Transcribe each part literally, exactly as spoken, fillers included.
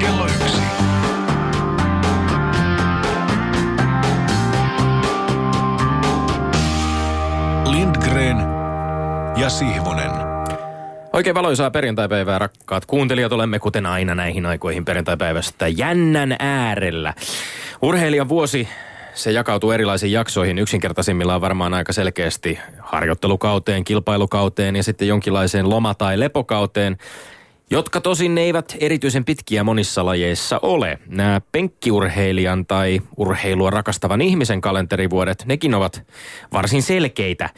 kello yksi. Lindgren ja Sihvonen. Oikein valoisaa perjantaipäivää, rakkaat kuuntelijat. Olemme kuten aina näihin aikoihin perjantaipäivästä jännän äärellä. Urheilijan vuosi, se jakautuu erilaisiin jaksoihin. Yksinkertaisimmillaan varmaan aika selkeästi harjoittelukauteen, kilpailukauteen ja sitten jonkinlaiseen loma- tai lepokauteen, jotka tosin ne eivät erityisen pitkiä monissa lajeissa ole. Nämä penkkiurheilijan tai urheilua rakastavan ihmisen kalenterivuodet, nekin ovat varsin selkeitä.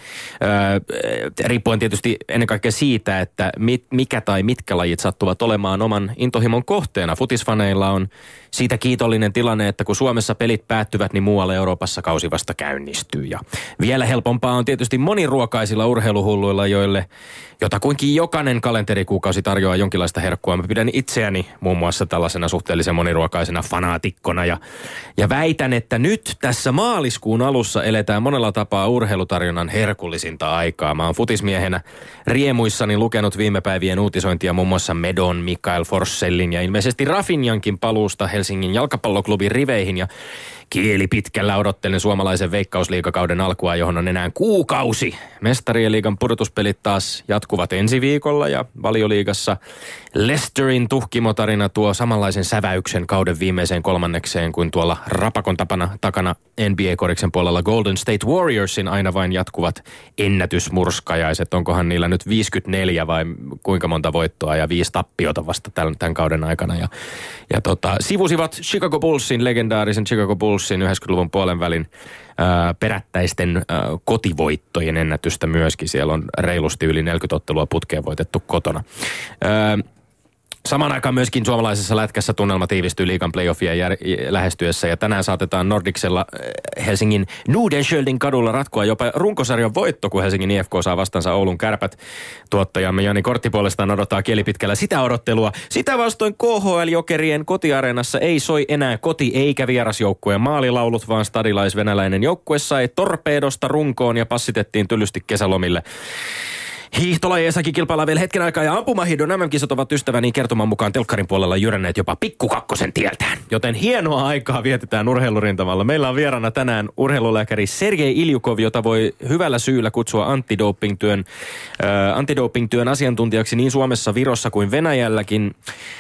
Öö, riippuen tietysti ennen kaikkea siitä, että mit, mikä tai mitkä lajit sattuvat olemaan oman intohimon kohteena. Futisfaneilla on siitä kiitollinen tilanne, että kun Suomessa pelit päättyvät, niin muualla Euroopassa kausi vasta käynnistyy. Ja vielä helpompaa on tietysti moniruokaisilla urheiluhulluilla, joille jotakuinkin jokainen kalenterikuukausi tarjoaa jonkinlaista herkkua. Mä pidän itseäni muun muassa tällaisena suhteellisen moniruokaisena fanaatikkona ja, ja väitän, että nyt tässä maaliskuun alussa eletään monella tapaa urheilutarjonnan herkullisinta aikaa. Mä oon futismiehenä riemuissani lukenut viime päivien uutisointia muun muassa Medon, Mikael Forssellin ja ilmeisesti Rafinjankin paluusta Helsingin jalkapalloklubin riveihin ja kieli pitkällä odottelen suomalaisen veikkausliigakauden alkua, johon on enää kuukausi. Mestarien liigan pudotuspelit taas jatkuvat ensi viikolla ja Valioliigassa Leicesterin tuhkimotarina tuo samanlaisen säväyksen kauden viimeiseen kolmannekseen kuin tuolla rapakon tapana, takana N B A-koriksen puolella Golden State Warriorsin aina vain jatkuvat ennätysmurskajaiset. Onkohan niillä nyt viisikymmentäneljä vai kuinka monta voittoa ja viisi tappiota vasta tämän, tämän kauden aikana. Ja, ja tota, sivusivat Chicago Bullsin, legendaarisen Chicago Bullsin yhdeksänkymmentäluvun puolen välin ää, perättäisten ää, kotivoittojen ennätystä myöskin. Siellä on reilusti yli neljäkymmentä ottelua putkeen voitettu kotona. Ää, Samaan aikaan myöskin suomalaisessa lätkässä tunnelma tiivistyy liigan playoffien jär- lähestyessä ja tänään saatetaan Nordicsella Helsingin Nordenskjöldin kadulla ratkoa jopa runkosarjan voitto, kun Helsingin I F K saa vastansa Oulun Kärpät. Tuottajamme Jani Kortti puolestaan odottaa kielipitkällä sitä odottelua. Sitä vastoin K H L-jokerien kotiareenassa ei soi enää koti- eikä vierasjoukkueen maalilaulut, vaan stadilais-venäläinen joukkue sai torpeedosta runkoon ja passitettiin tylysti kesälomille. Hiihtolajeissakin kilpaillaan vielä hetken aikaa ja ampumahiidon M M-kisat ovat ystäväni kertoman mukaan telkkarin puolella jyränneet jopa pikkukakkosen tieltään. Joten hienoa aikaa vietetään urheilurintamalla. Meillä on vieraana tänään urheilulääkäri Sergei Iljukov, jota voi hyvällä syyllä kutsua antidopingtyön, äh, antidopingtyön asiantuntijaksi niin Suomessa, Virossa kuin Venäjälläkin.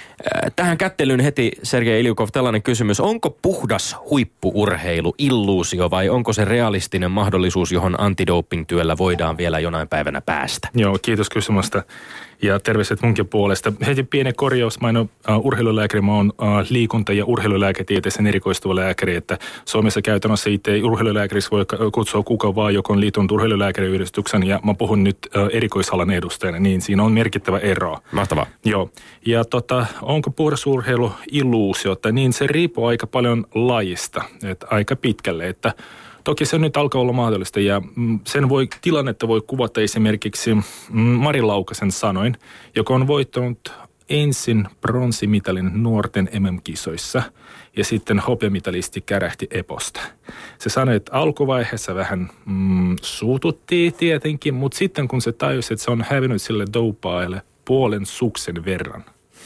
Tähän kättelyyn heti, Sergei Iljukov, tällainen kysymys. Onko puhdas huippu-urheilu illuusio vai onko se realistinen mahdollisuus, johon antidoping-työllä voidaan vielä jonain päivänä päästä? Joo, kiitos kysymästä. Ja terveiset munkin puolesta. Heti pieni korjaus. Mä en ole uh, urheilulääkäri, mä oon uh, liikunta- ja urheilulääketieteeseen erikoistuva lääkäri. Että Suomessa käytännössä itse urheilulääkäriksi voi kutsua kuka vaan, joka on liitunut urheilulääkäriyhdistyksen. Ja mä puhun nyt uh, erikoisalan edustajana, niin siinä on merkittävä ero. Mahtavaa. Joo. Ja tota, onko puhdas urheilu illuusiota? Niin se riippuu aika paljon lajista, että aika pitkälle, että toki se nyt alkaa olla mahdollista ja sen voi, tilannetta voi kuvata esimerkiksi Mari Laukasen sanoin, joka on voittanut ensin pronssimitalin nuorten M M-kisoissa ja sitten hopeamitalisti kärähti Eposta. Se sanoi, että alkuvaiheessa vähän mm, suututtiin tietenkin, mutta sitten kun se tajusi, että se on hävinnyt sille dopaajalle puolen suksen verran.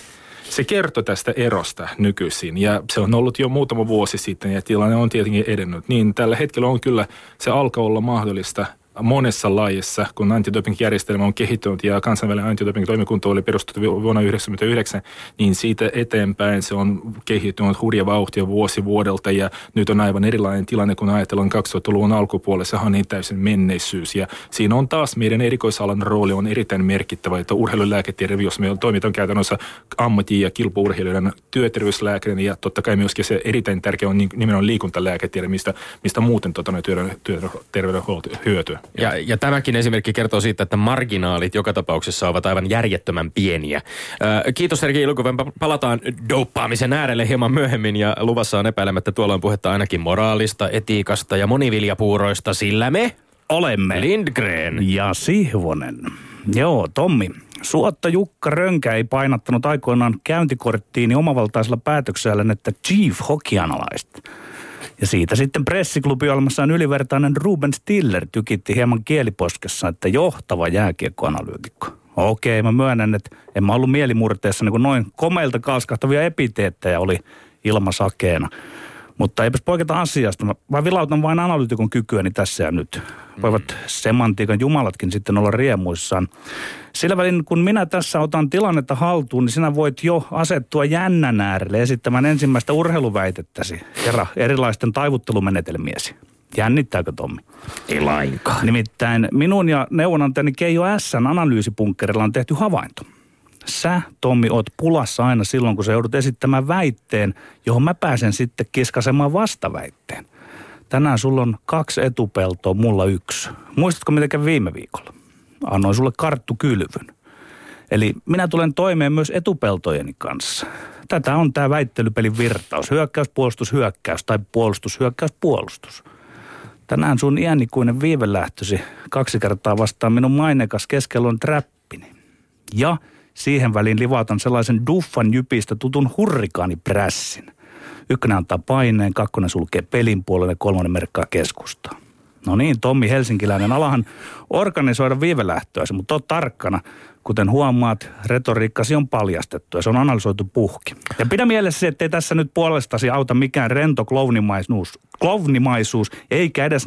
Se kertoi tästä erosta nykyisin ja se on ollut jo muutama vuosi sitten ja tilanne on tietenkin edennyt. Niin tällä hetkellä on kyllä, se alkaa olla mahdollista monessa lajissa, kun antidoping-järjestelmä on kehittynyt ja kansainvälinen antidoping-toimikunta oli perustettu vuonna yhdeksänkymmentäyhdeksän, niin siitä eteenpäin se on kehittynyt hurja vauhtia vuosi vuodelta ja nyt on aivan erilainen tilanne, kun ajatellaan kaksituhattaluvun alkupuolella, sehän on niin täysin menneisyys ja siinä on taas meidän erikoisalan rooli on erittäin merkittävä, että urheilulääketiede, jos me toimitaan käytännössä ammatti- ja kilpaurheilijoiden työterveyslääkärin ja totta kai myöskin se erittäin tärkeä on nimenomaan liikuntalääketiede, mistä, mistä muuten tota, työterveydenhuolto hyötyy. Ja, ja tämäkin esimerkki kertoo siitä, että marginaalit joka tapauksessa ovat aivan järjettömän pieniä. Ö, kiitos Sergei Iljukov. Palataan douppaamisen äärelle hieman myöhemmin ja luvassa on epäilemättä tuolloin puhetta ainakin moraalista, etiikasta ja moniviljapuuroista, sillä me olemme Lindgren ja Sihvonen. Joo, Tommi. Suotta Jukka Rönkä ei painattanut aikoinaan käyntikorttiini omavaltaisella päätöksellä, että Chief Hokianalaista. Ja siitä sitten pressiklubi-ohjelmassaan ylivertainen Ruben Stiller tykitti hieman kieliposkessa, että johtava jääkiekkoanalyytikko. Okei, mä myönnän, että en mä ollut mielimurteessa, niin kuin noin komeilta kalskahtavia epiteettejä oli ilmasakeena. Mutta eipäs poiketa asiasta. Mä, mä vilautan vain analyytikon kykyäni tässä ja nyt. Voivat mm. semantiikan jumalatkin sitten olla riemuissaan. Sillä välin, kun minä tässä otan tilannetta haltuun, niin sinä voit jo asettua jännän äärelle esittämään ensimmäistä urheiluväitettäsi kerran erilaisten taivuttelumenetelmiesi. Jännittääkö, Tommi? Ei lainkaan. Nimittäin minun ja neuvonantajani Keijo S:n analyysipunkkerilla on tehty havainto. Sä, Tommi, oot pulassa aina silloin, kun sä joudut esittämään väitteen, johon mä pääsen sitten kiskasemaan vastaväitteen. Tänään sulla on kaksi etupeltoa, mulla yksi. Muistatko, mitä kävi viime viikolla? Annoin sulle karttukylvyn. Eli minä tulen toimeen myös etupeltojeni kanssa. Tätä on tää väittelypelin virtaus. Hyökkäys, puolustus, hyökkäys tai puolustus, hyökkäys, puolustus. Tänään sun iänikuinen viivelähtösi kaksi kertaa vastaan minun mainekas keskellon trappini. Ja siihen väliin livautan sellaisen duffan jypistä tutun hurrikaaniprässin. Ykkönen antaa paineen, kakkonen sulkee pelin puolelle ja kolmonen merkkaa keskustaa. No niin, Tommi helsinkiläinen, alahan organisoida viivelähtöäsi, mutta oot tarkkana. Kuten huomaat, retoriikkasi on paljastettu ja se on analysoitu puhki. Ja pidä mielessä, ettei tässä nyt puolestasi auta mikään rento klovnimaisuus, klovnimaisuus eikä edes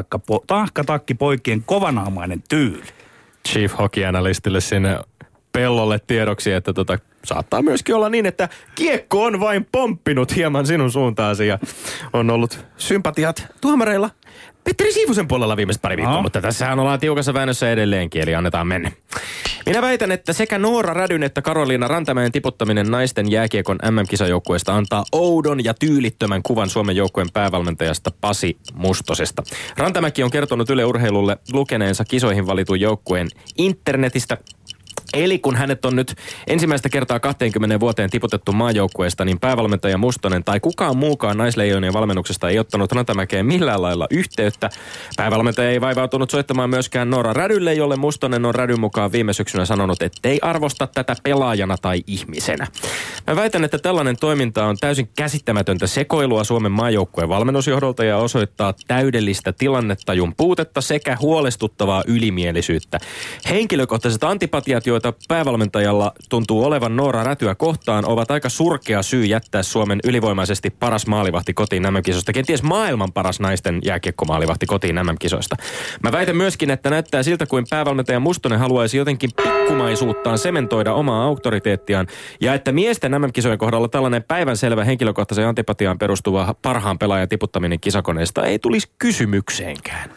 nahkatakkipoikien kovanahmainen tyyli. Chief Hockey-analystille sinne pellolle tiedoksi, että tota, saattaa myöskin olla niin, että kiekko on vain pomppinut hieman sinun suuntaasi ja on ollut sympatiat tuomareilla Petteri Siivusen puolella viimeiset pari viikkoa, no. Mutta tässähän ollaan tiukassa väännössä edelleenkin, eli annetaan mennä. Minä väitän, että sekä Noora Rädyn että Karoliina Rantamäen tiputtaminen naisten jääkiekon äm äm-kisajoukkueesta antaa oudon ja tyylittömän kuvan Suomen joukkueen päävalmentajasta Pasi Mustosesta. Rantamäki on kertonut Yle Urheilulle lukeneensa kisoihin valitun joukkueen internetistä. Eli kun hänet on nyt ensimmäistä kertaa kaksikymmentä vuoteen tiputettu maajoukkueesta, niin päävalmentaja Mustonen tai kukaan muukaan naisleijonien valmennuksesta ei ottanut Rantamäkeen millään lailla yhteyttä. Päävalmentaja ei vaivautunut soittamaan myöskään Noora Rädylle, jolle Mustonen on Rädyn mukaan viime syksynä sanonut, ettei arvosta tätä pelaajana tai ihmisenä. Mä väitän, että tällainen toiminta on täysin käsittämätöntä sekoilua Suomen maajoukkueen valmennusjohdolta ja osoittaa täydellistä tilannetajun puutetta sekä huolestuttavaa ylimielisyyttä. Henkilökohtaiset antipatiat, joita päävalmentajalla tuntuu olevan Noora Rätyä kohtaan, ovat aika surkea syy jättää Suomen ylivoimaisesti paras maalivahti kotiin äm äm-kisoista. Kenties maailman paras naisten jääkiekkomaalivahti kotiin äm äm-kisoista. Mä väitän myöskin, että näyttää siltä, kuin päävalmentaja Mustonen haluaisi jotenkin pikkumaisuuttaan sementoida omaa auktoriteettiaan ja että miesten äm äm-kisojen kohdalla tällainen päivänselvä henkilökohtaisen antipatiaan perustuva parhaan pelaajan tiputtaminen kisakoneesta ei tulisi kysymykseenkään.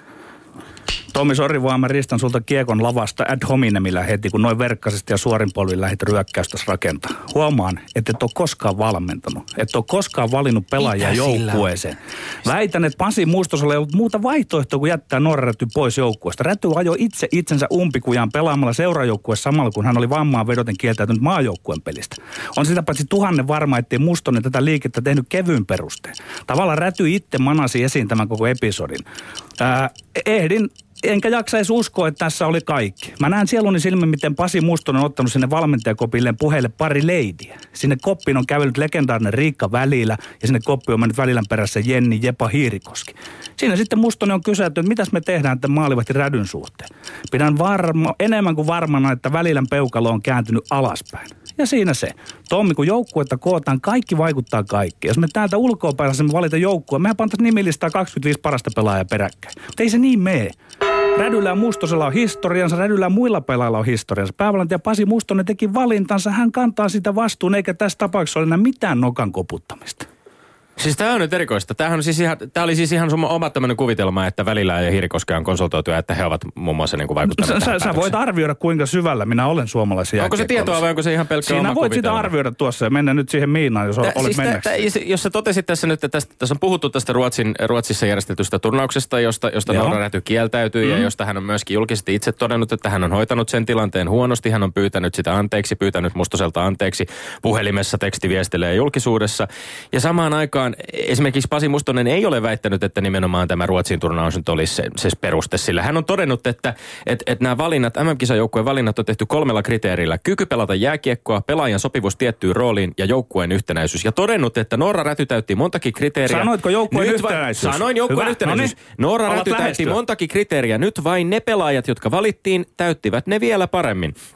Tommi, sori vaan, mä ristän sulta kiekon lavasta ad hominemillä heti, kun noin verkkaisesti ja suorin polvin lähdit ryökkäystäs rakentaa. Huomaan, että et ole koskaan valmentanut. Et ole koskaan valinnut pelaajia joukkueeseen. Väitän, että Pasi Mustosella ei ollut muuta vaihtoehtoa kuin jättää Noora Räty pois joukkueesta. Räty ajoi itse itsensä umpikujaan pelaamalla seurajoukkueessa samalla, kun hän oli vammaan vedoten kieltäytynyt maajoukkueen pelistä. On sitä paitsi tuhannen varma, ettei Mustonen tätä liikettä tehnyt kevyyn perusteen. Tavallaan Räty itse manasi esiin tämän koko episodin. Ää, ehdin Enkä jaksa edes uskoa, että tässä oli kaikki. Mä näen sieluni silmin, miten Pasi Mustonen on ottanut sinne valmentajakopilleen puheille pari leidiä. Sinne koppiin on kävellyt legendaarinen Riikka Välilä ja sinne koppiin on mennyt Välilän perässä Jenni Jepa Hiirikoski. Siinä sitten Mustonen on kysynyt, että mitäs me tehdään tämän maalivahti Rädyn suhteen. Pidän varma, enemmän kuin varmana, että Välilän peukalo on kääntynyt alaspäin. Ja siinä se. Tommi, kun joukkuetta kootaan, kaikki vaikuttaa kaikkeen. Jos me täältä ulkoa pääsemme valita joukkueen, mehän pantaisiin nimilistaa kaksikymmentäviisi parasta pelaajaa peräkkäin. Mutta ei se niin mene. Rädyllä ja Mustosella on historiansa, Rädyllä ja muilla pelaajilla on historiansa. Päävalmentaja Pasi Mustonen teki valintansa, hän kantaa sitä vastuun, eikä tässä tapauksessa ole enää mitään nokan koputtamista. Siis tämä on nyt erikoista. Tämähän on siis ihan, tämä oli siis ihan sun oma tämmöinen kuvitelma, että Välillä ja Hiirikoskea on konsultoitu ja että he ovat muun muassa niin kuin vaikuttaneet tähän sä, sä voit arvioida, kuinka syvällä minä olen suomalaisen Onko se tietoa vai onko se ihan pelkkä oma Siinä voit kuvitelma? Sitä arvioida tuossa ja mennä nyt siihen miinaan, jos Tä, olet siis mennäksi. Jos sä totesit tässä nyt, että tästä, tässä on puhuttu tästä Ruotsin, Ruotsissa järjestetystä turnauksesta, josta, josta Noora Räty kieltäytyy mm. ja josta hän on myöskin julkisesti itse todennut, että hän on hoitanut sen tilanteen huonosti. Hän on pyytänyt sitä anteeksi, pyytänyt Mustoselta anteeksi puhelimessa, tekstiviestillä ja julkisuudessa. Ja samaan aikaan esimerkiksi Pasi Mustonen ei ole väittänyt, että nimenomaan tämä Ruotsin turnaus nyt olisi se, se peruste, sillä hän on todennut, että et, et nämä valinnat, äm äm-kisajoukkueen valinnat on tehty kolmella kriteerillä. Kyky pelata jääkiekkoa, pelaajan sopivuus tiettyyn rooliin ja joukkueen yhtenäisyys. Ja todennut, että Noora Räty täytti montakin kriteeriä. Sanoitko joukkueen nyt yhtenäisyys? Va- sanoin joukkueen Hyvä. yhtenäisyys. No niin. Noora Räty täytti montakin kriteeriä. Nyt vain ne pelaajat, jotka valittiin, täyttivät ne vielä paremmin.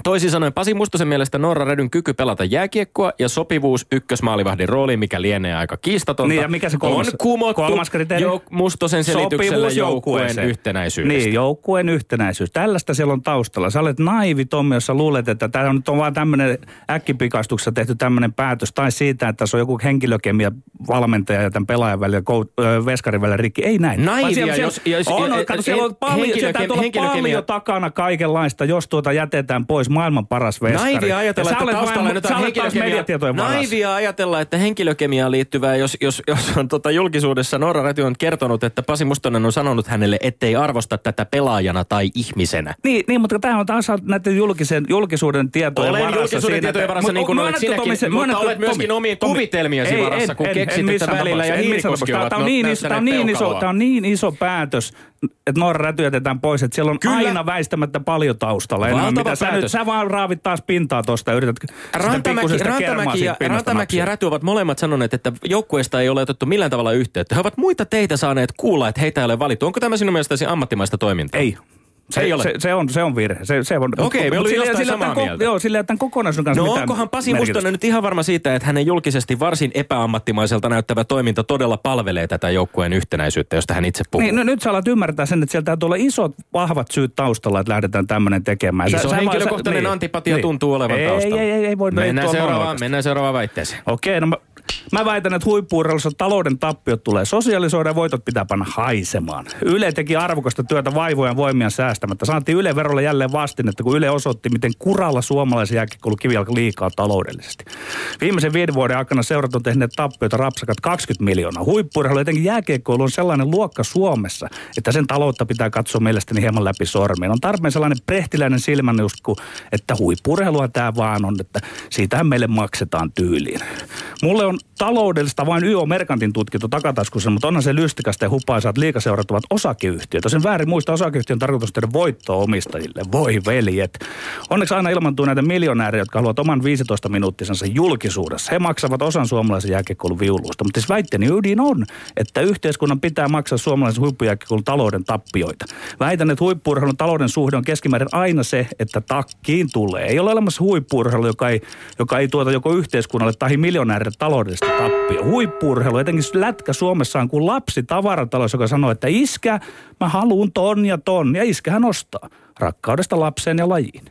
Toisin sanoen Pasi Mustosen mielestä Noora Rädyn kyky pelata jääkiekkoa ja sopivuus ykkösmaalivahdin rooliin, mikä lienee aika kiistatonta, niin, ja mikä se kolmas, on kumottu kolmas kriteeri? Jouk- Mustosen selityksellä joukkueen yhtenäisyydestä. Niin, joukkueen yhtenäisyys. Tällaista siellä on taustalla. Sä olet naivi, Tommi, jos sä luulet, että tämä on nyt on vaan tämmöinen äkkipikastuksessa tehty tämmöinen päätös, tai siitä, että se on joku henkilökemia valmentaja ja tämän pelaajan välillä, kou- veskarin välillä rikki. Ei näin. Naivia, siellä, jos... jos on, on, kato, siellä on paljon, henkilökemia, paljon takana kaikenlaista, jos tuota jätetään pois maailman paras veskari. Naivia ajatella, että taustalla on jotain henkilökemiaa. Naivia ajatella, että henkilökemiaan liittyvää, jos, jos, jos on tota julkisuudessa Noora Räty on kertonut, että Pasi Mustonen on sanonut hänelle, ettei arvosta tätä pelaajana tai ihmisenä. Niin, niin mutta tämä on taas näiden julkisen, julkisuuden tietojen olen varassa. Olen julkisuuden tietojen varassa, niin kuin olet sinäkin, se, mutta olet myöskin omien kuvitelmiesi ei, varassa, en, kun en, keksit, en, että välillä ja Hiirikoski ovat näyttäneet Tämä on niin iso päätös, että Noora Räty jätetään pois, että siellä on Kyllä. aina väistämättä paljon taustalla. Enää, mitä sä, nyt, sä vaan raavit taas pintaa tuosta ja yrität Rantamäki, Rantamäki, ja, Rantamäki ja Räty ovat molemmat sanoneet, että joukkueesta ei ole otettu millään tavalla yhteyttä. He ovat muita teitä saaneet kuulla, että heitä ei ole valittu. Onko tämä sinun mielestäsi ammattimaista toimintaa? Ei. Se, ei ole. Se, se, on, se on virhe. Se, se on, Okei, me olemme jostain samaa ko- mieltä. Joo, sillä ei tämän kokonaisuuden kanssa No mitään onkohan Pasi merkitystä. Mustonen nyt ihan varma siitä, että hänen julkisesti varsin epäammattimaiselta näyttävä toiminta todella palvelee tätä joukkueen yhtenäisyyttä, josta hän itse puhuu? Niin, no nyt sä alat ymmärtää sen, että sieltä täytyy olla isot, vahvat syyt taustalla, että lähdetään tämmöinen tekemään. Iso sä, henkilökohtainen sä, niin, antipatia niin. tuntuu olevan ei, taustalla. Ei, ei, ei voi mennään seuraavaan, mennään seuraavaan väitteeseen. Okei, no mä, mä väitän, että huippu-urheilussa talouden tappiot tulee sosialisoida ja voitot pitää panna haisemaan. Yle teki arvokasta työtä vaivojen voimia säästämättä. Saatiin Yle-verolle jälleen vastinetta, kun Yle osoitti, miten kuralla suomalaisen jääkiekkoilun kivijalka liikaa taloudellisesti. Viimeisen viiden vuoden aikana seurat on tehneet tappioita rapsakat kaksikymmentä miljoonaa. Huippu-urheilu, etenkin jääkiekkoilu, on sellainen luokka Suomessa, että sen taloutta pitää katsoa mielestäni hieman läpi sormien. On tarpeen sellainen prehtiläinen silmänusku, että huippu-urheilua tämä vaan on, että siitähän meille maksetaan tyyliin. Mulle on taloudellista vain Y O-merkantin tutkinto takataskussa, mutta onhan se lystikästä ja hupaisaat liikaseurat ovat osakeyhtiöitä. Sen väärin muista osakeyhtiön tarkoitus tehdä voittoa omistajille. Voi veljet. Onneksi aina ilmantuu näitä miljonäärejä, jotka haluavat oman viisitoista minuuttisensa julkisuudessa. He maksavat osan suomalaisen jääkiekkoilun viuluista. Mutta siis väitteeni ydin on, että yhteiskunnan pitää maksaa suomalaisen huippujääkiekkoilun talouden tappioita. Väitän, että huippu-urheilun talouden suhde on keskimäärin aina se, että takkiin tulee. Ei ole olemassa huippu-urheilu, joka ei, joka ei tuota joko yhteiskunnalle tai miljonäärille taloudellista tappio. Huippu-urheilu, etenkin lätkä Suomessa on kuin lapsi tavaratalous, joka sanoo, että iskä, mä haluun ton ja ton. Ja iskähän ostaa rakkaudesta lapseen ja lajiin.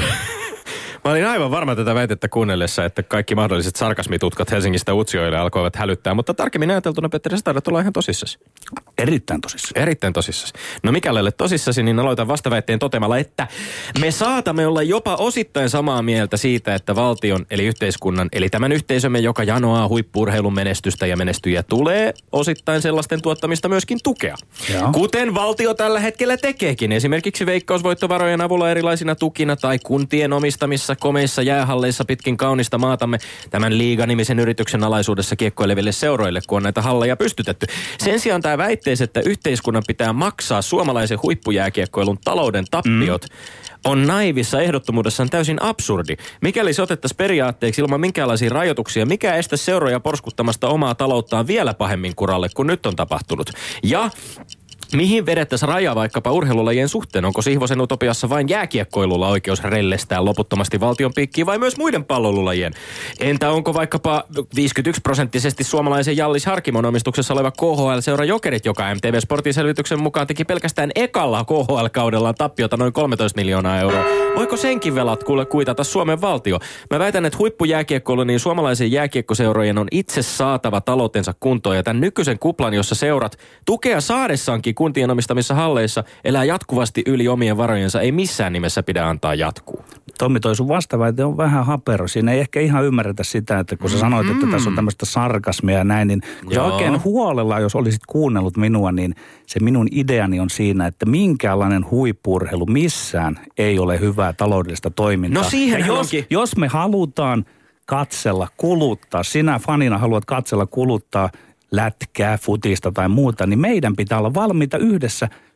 Mä olin aivan varma tätä väitettä kuunnellessa, että kaikki mahdolliset sarkasmitutkat Helsingistä Utsjoelle alkoivat hälyttää, mutta tarkemmin ajateltuna, Petteri, sä taidat olla ihan tosissasi. Erittäin tosissasi. Erittäin tosissasi. No mikäli olet tosissasi, niin aloitan vastaväitteen toteamalla, että me saatamme olla jopa osittain samaa mieltä siitä, että valtion eli yhteiskunnan, eli tämän yhteisömme, joka janoaa huippu-urheilun menestystä ja menestyjä, tulee osittain sellaisten tuottamista myöskin tukea. Joo. Kuten valtio tällä hetkellä tekeekin, esimerkiksi veikkausvoittovarojen avulla erilaisina tukina tai kuntien omistamissa komeissa jäähalleissa pitkin kaunista maatamme tämän liiganimisen yrityksen alaisuudessa kiekkoileville seuroille, kun on näitä halleja pystytetty. Sen sijaan tämä väittees, että yhteiskunnan pitää maksaa suomalaisen huippujääkiekkoilun talouden tappiot, mm. on naivissa ehdottomuudessaan täysin absurdi. Mikäli se otettaisiin periaatteeksi ilman minkäänlaisia rajoituksia, mikä estä seuroja porskuttamasta omaa talouttaan vielä pahemmin kuralle kuin nyt on tapahtunut. Ja mihin vedettäisiin raja vaikkapa urheilulajien suhteen? Onko Sihvosen utopiassa vain jääkiekkoilulla oikeus rellestää loputtomasti valtion piikkiin vai myös muiden pallolulajien? Entä onko vaikkapa viisikymmentäyksi prosenttisesti suomalaisen Jallis Harkimon omistuksessa oleva K H L-seura Jokerit, joka M T V-sportin selvityksen mukaan teki pelkästään ekalla K H L-kaudellaan tappiota noin kolmetoista miljoonaa euroa? Voiko senkin velat kuule kuitata Suomen valtio? Mä väitän, että huippujääkiekkoilu niin suomalaisen jääkiekkoseurojen on itse saatava taloutensa kuntoon ja tämän nykyisen kuplan, jossa seurat tukea saadessaankin kuntien omistamissa halleissa elää jatkuvasti yli omien varojensa, ei missään nimessä pidä antaa jatkuu. Tommi, toi sun vastaväite on vähän hapero. Siinä ei ehkä ihan ymmärretä sitä, että kun sä sanoit, että tässä on tämmöistä sarkasmia ja näin, niin kun sä oikein huolella, jos olisit kuunnellut minua, niin se minun ideani on siinä, että minkäänlainen huippu-urheilu missään ei ole hyvää taloudellista toimintaa. No siihen jos, jos me halutaan katsella, kuluttaa, sinä fanina haluat katsella, kuluttaa lätkää, futista tai muuta, niin meidän pitää olla valmiita yhdessä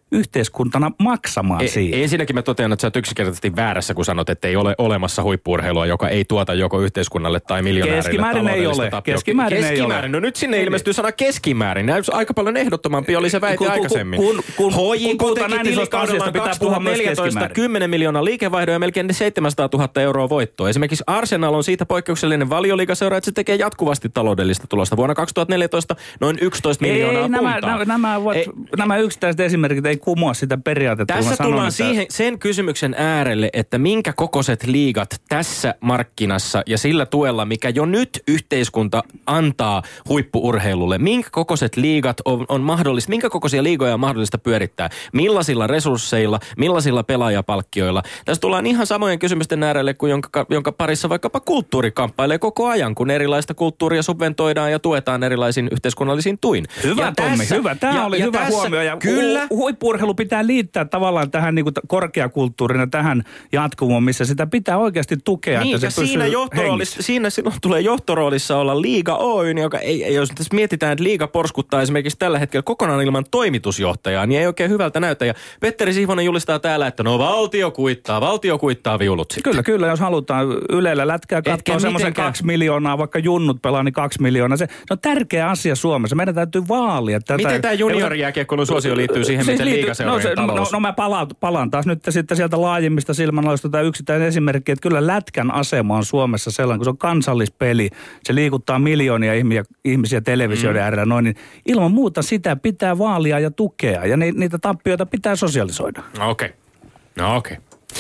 yhteiskuntana maksamaan e, siitä. Ensinnäkin mä totean, että sä oot yksinkertaisesti väärässä, kun sanot, että ei ole olemassa huippu-urheilua, joka ei tuota joko yhteiskunnalle tai miljonäärille Keskimäärin ei ole. Keskimäärin, Keskimäärin ei ole. No nyt sinne ilmestyy sana keskimäärin. Aika paljon ehdottomampi oli se väite kun, aikaisemmin. Kun, kun, H J K teki tilikaudellaan kaksituhattaneljätoista kymmenen miljoonaa liikevaihdoa ja melkein seitsemänsataatuhatta euroa voittoa. Esimerkiksi Arsenal on siitä poikkeuksellinen valioliigaseura, että se tekee jatkuvasti taloudellista tulosta. Vuonna kaksituhattaneljätoista noin yksitoista miljoonaa ei, nämä, puntaa. Nämä, nämä, ovat, ei, nämä yksittäiset esimerkit ei kumoa sitä periaatetta. Tässä tullaan siihen, sen kysymyksen äärelle, että minkä kokoiset liigat tässä markkinassa ja sillä tuella, mikä jo nyt yhteiskunta antaa huippu-urheilulle, minkä kokoiset liigat on, on mahdollista, minkä kokoisia liigoja on mahdollista pyörittää, millaisilla resursseilla, millaisilla pelaajapalkkioilla. Tässä tullaan ihan samojen kysymysten äärelle kuin jonka, jonka parissa vaikkapa kulttuuri kamppailee koko ajan, kun erilaista kulttuuria subventoidaan ja tuetaan erilaisin yhteiskunnallisiin tuin. Hyvä ja Tommi, tässä, hyvä. Tämä ja, oli ja hyvä tässä, huomio. Ja kyllä. Hu- huippu-urheilu pitää liittää tavallaan tähän niin kuin korkeakulttuurina tähän jatkumoon, missä sitä pitää oikeasti tukea. Niin, että ja se siinä, johtoroolissa, siinä silloin tulee johtoroolissa olla Liiga Oy, joka ei, ei, jos tässä mietitään, että Liiga porskuttaa esimerkiksi tällä hetkellä kokonaan ilman toimitusjohtajaa, niin ei oikein hyvältä näytä. Ja Petteri Sihvonen julistaa täällä, että no valtio kuittaa, valtio kuittaa viulut sitten. Kyllä, kyllä, jos halutaan Ylellä lätkää katsoa semmoisen kaksi miljoonaa, vaikka junnut pelaa, niin kaksi miljoonaa. Se, se on tärkeä asia Suomessa. Meidän täytyy vaalia tätä. Miten tämä juniorijääkiekkoilun suosio liittyy siihen, siis miten liigaseurojen no, talous? No, no mä palaan, palaan taas nyt sitten sieltä laajemmista silmänaloista tai yksittäinen esimerkki, että kyllä lätkän asema on Suomessa sellainen, kun se on kansallispeli, se liikuttaa miljoonia ihmisiä, ihmisiä televisioiden mm. äärellä noin, niin ilman muuta sitä pitää vaalia ja tukea ja ni, niitä tappioita pitää sosialisoida. Okei, okay. no okei.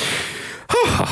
Okay.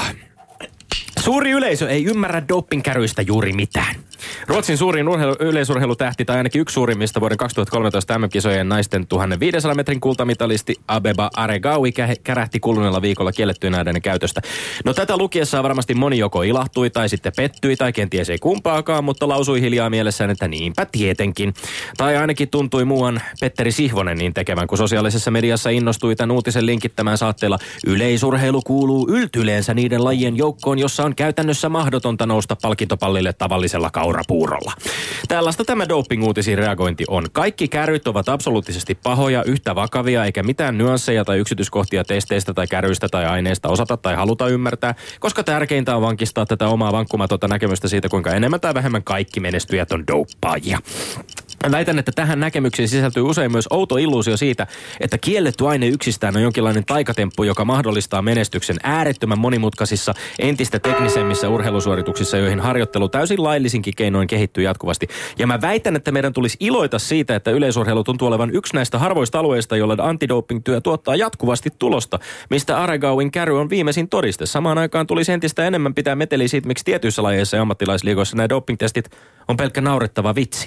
Suuri yleisö ei ymmärrä dopingkäryistä juuri mitään. Ruotsin suurin urheilu, yleisurheilutähti tai ainakin yksi suurimmista vuoden kaksituhattakolmetoista M M-kisojen naisten tuhatviisisataa metrin kultamitalisti Abeba Aregawi kärähti kuluneella viikolla kiellettyjen aineiden käytöstä. No tätä lukiessaan varmasti moni joko ilahtui tai sitten pettyi tai kenties ei kumpaakaan, mutta lausui hiljaa mielessään, että niinpä tietenkin. Tai ainakin tuntui muuan Petteri Sihvonen niin tekevän, kun sosiaalisessa mediassa innostui tämän uutisen linkittämään saatteella yleisurheilu kuuluu yltyleensä niiden lajien joukkoon, jossa on käytännössä mahdotonta nousta palkintopallille tavallisella kaurapuurolla. Tällaista tämä doping-uutisiin reagointi on. Kaikki kärryt ovat absoluuttisesti pahoja, yhtä vakavia, eikä mitään nyansseja tai yksityiskohtia testeistä tai kärryistä tai aineista osata tai haluta ymmärtää, koska tärkeintä on vankistaa tätä omaa vankkumatonta näkemystä siitä, kuinka enemmän tai vähemmän kaikki menestyjät on douppaajia. Väitän, että tähän näkemyksiin sisältyy usein myös outo illuusio siitä, että kielletty aine yksistään on jonkinlainen taikatemppu, joka mahdollistaa menestyksen äärettömän monimutkaisissa, entistä teknisemmissä urheilusuorituksissa, joihin harjoittelu täysin laillisinkin keinoin kehittyy jatkuvasti. Ja mä väitän, että meidän tulisi iloita siitä, että yleisurheilu tuntuu olevan yksi näistä harvoista alueista, joilla antidoping-työ tuottaa jatkuvasti tulosta, mistä Aregawin käry on viimeisin todiste. Samaan aikaan tulisi entistä enemmän pitää meteliä siitä, miksi tietyissä lajeissa ja ammattilaisliigoissa nämä doping-testit on pelkkä naurettava vitsi.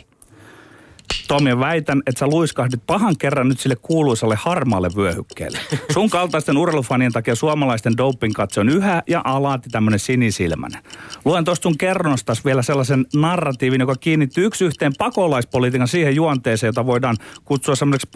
Tommi, väitän, että sä luiskahdit pahan kerran nyt sille kuuluisalle harmaalle vyöhykkeelle. Sun kaltaisten urheilufanien takia suomalaisten dopingkatse on yhä ja alati tämmönen sinisilmäinen. Luen tuosta sun kerronnostas vielä sellaisen narratiivin, joka kiinnittyy yksi yhteen pakolaispolitiikan siihen juonteeseen, jota voidaan kutsua semmoiseksi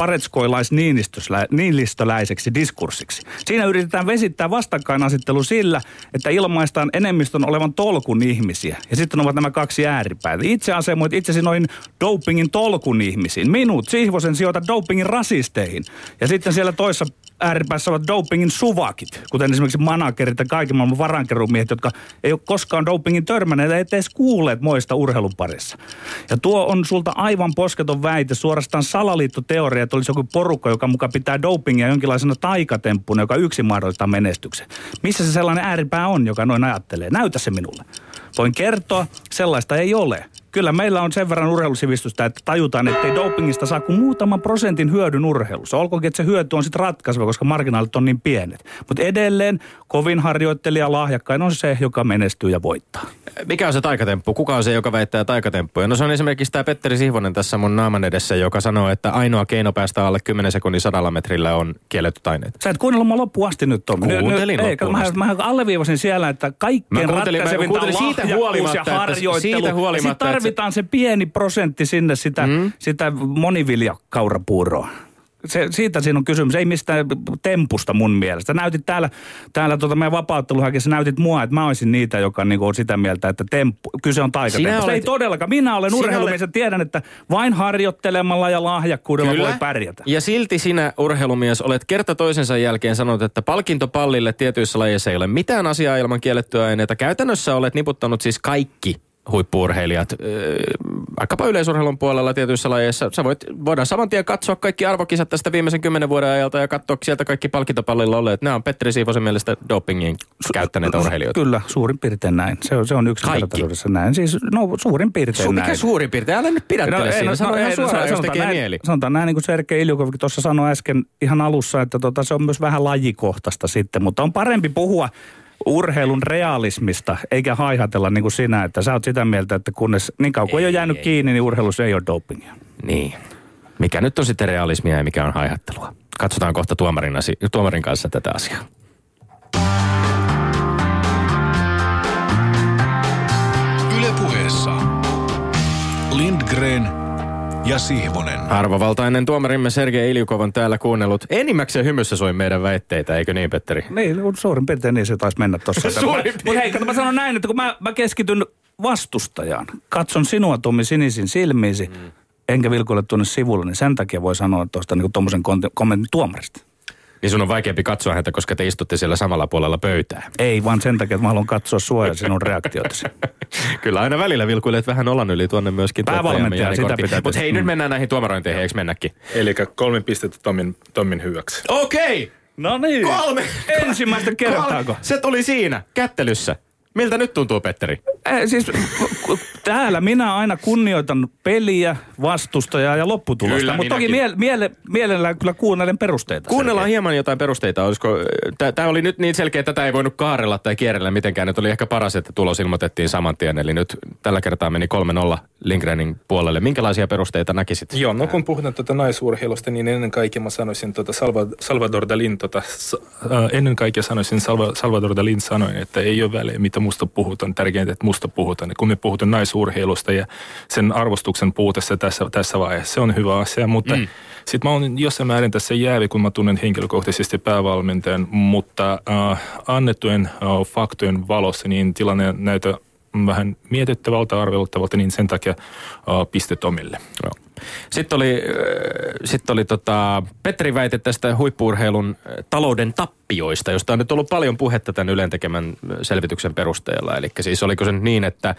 paretskoilais-niinistöläiseksi diskurssiksi. Siinä yritetään vesittää vastakkainasettelu sillä, että ilmaistaan enemmistön olevan tolkun ihmisiä. Ja sitten ovat nämä kaksi ääripäätä. Itse asemoit itsesi noihin dopingin tolkun ihmisiin. Minut, Sihvosen, sijoita dopingin rasisteihin. Ja sitten siellä toissa ääripäässä ovat dopingin suvakit, kuten esimerkiksi managerit ja kaiken maailman varankerumiehet, jotka ei ole koskaan dopingin törmänneet, ei edes kuulleet moista urheilun parissa. Ja tuo on sulta aivan posketon väite, suorastaan salaliittoteoria, että olisi joku porukka, joka mukaan pitää dopingia jonkinlaisena taikatemppuna, joka yksin mahdollistaa menestyksen. Missä se sellainen ääripää on, joka noin ajattelee? Näytä se minulle. Voin kertoa, sellaista ei ole. Kyllä meillä on sen verran urheilusivistystä, että tajutaan, että ei dopingista saa kuin muutaman prosentin hyödyn urheilussa. Olkoonkin, että se hyöty on sitten ratkaiseva, koska marginaalit on niin pienet. Mutta edelleen kovin harjoittelija lahjakkain on se, joka menestyy ja voittaa. Mikä on se taikatemppu? Kuka on se, joka väittää taikatemppuja? No se on esimerkiksi tämä Petteri Sihvonen tässä mun naaman edessä, joka sanoo, että ainoa keino päästä alle kymmenen sekunnin sadalla metrillä on kielletty aineet. Sä et kuunnellut mua loppuun asti nyt, Tommi. Kuuntelin ei, loppuun asti. Mä, mä alleviivasin siellä, että kaikkein ratkaisevinta on lahjakkuus ja harjoittelu. Ja sitten tarvitaan se pieni prosentti sinne sitä, mm. sitä moniviljakaurapuuroa. Se, siitä siinä on kysymys, ei mistään tempusta mun mielestä. Näytit täällä, täällä tuota meidän vapautteluhakissa, näytit mua, että mä olisin niitä, joka niinku on sitä mieltä, että temppu, kyse on taikatempusta. Olet... Ei todellakaan. Minä olen urheilumies ja olet... tiedän, että vain harjoittelemalla ja lahjakkuudella Kyllä. voi pärjätä. Ja silti sinä urheilumies olet kerta toisensa jälkeen sanonut, että palkintopallille tietyissä lajeissa ei ole mitään asiaa ilman kiellettyä aineita. Käytännössä olet niputtanut siis kaikki huippu-urheilijat, vaikkapa yleisurheilun puolella tietyissä lajeissa. Sä voit, voidaan saman tien katsoa kaikki arvokisat tästä viimeisen kymmenen vuoden ajalta ja katsoa sieltä kaikki palkintopallilla olleet. Nämä on Petteri Siivosen mielestä dopingin käyttäneitä urheilijoita. Kyllä, suurin piirtein näin. Se on, se on yksinkertaisuudessa näin. Siis, no suurin piirtein Su- näin. Mikä suurin piirtein? Älä nyt pidättele no, siinä. Sano no, ihan suoraan, jos tekee näin, mieli. Sanotaan näin, niin kuin Sergei Iljukovkin tuossa sanoi äsken ihan alussa, että tota, se on myös vähän lajikohtaista sitten, mutta on parempi puhua urheilun realismista, eikä haihatella niin kuin sinä, että sä oot sitä mieltä, että kunnes niin kauan kuin ei, ei ole jäänyt ei. kiinni, niin urheilussa ei ole dopingia. Niin. Mikä nyt on sitten realismia ja mikä on haihattelua? Katsotaan kohta tuomarin, asi- tuomarin kanssa tätä asiaa. Yle Puheessa Lindgren ja Sihvonen. Arvovaltainen tuomarimme Sergei Iljukov on täällä kuunnellut. Enimmäkseen hymyssä soi meidän väitteitä, eikö niin, Petteri? Niin, suurin piirtein niin se taisi mennä tuossa. Mutta hei, kato, mä sanon näin, että kun mä, mä keskityn vastustajaan, katson sinua Tommi sinisin silmiisi, mm. enkä vilkuile tuonne sivulle, niin sen takia voi sanoa tuosta niin tuommoisen kommentin tuomarista. Niin sun on vaikeampi katsoa häntä, koska te istutte siellä samalla puolella pöytää. Ei, vaan sen takia, että mä haluan katsoa sua ja sinun reaktiotasi. Kyllä aina välillä vilkuilet vähän olan yli tuonne myöskin. Päävalmentaja, sitä pitää. Mutta hei, mm. nyt mennään näihin tuomarointeihin, eikö mennäkin? Eli kolme pistettä Tommin, Tommin hyväksi. Okei! Okay. No niin. Kolme! Ensimmäistä kertaako? Se tuli siinä, kättelyssä. Miltä nyt tuntuu, Petteri? Eh, siis täällä minä aina kunnioitan peliä, vastustajaa ja lopputulosta, mutta toki mie- miele- mielellään kyllä kuunnelen perusteita. Kuunnellaan Sergei. Hieman jotain perusteita. Olisiko, tämä oli nyt niin selkeä, että tätä ei voinut kaarella tai kierrellä mitenkään. Nyt oli ehkä paras, että tulos ilmoitettiin saman tien. Eli nyt tällä kertaa meni kolme nolla Lindgrenin puolelle. Minkälaisia perusteita näkisit? Joo, no kun puhutaan tuota naisurheilusta, niin ennen kaikkea mä sanoisin tuota Salvador Dalin, tuota, äh, ennen kaikkea sanoisin Salva, Salvador Dalin sanoin, että ei ole väliä, mitä musta puhutaan. Tärkeintä, että musta puhutaan. Kun me puhutaan naisurheilusta ja sen arvostuksen puutessa tässä, tässä vaiheessa, se on hyvä asia, mutta mm. sitten mä oon jossain määrin tässä jäävi, kun mä tunnen henkilökohtaisesti päävalmentajan, mutta äh, annettujen äh, faktojen valossa niin tilanne näyttää vähän mietittävältä, arveluttavalta, niin sen takia äh, piste Tomille. Joo. Sitten oli, sitten oli tota, Petri väite tästä huippu-urheilun talouden tappioista, josta on nyt ollut paljon puhetta tämän Ylen tekemän selvityksen perusteella. Eli siis oliko se nyt niin, että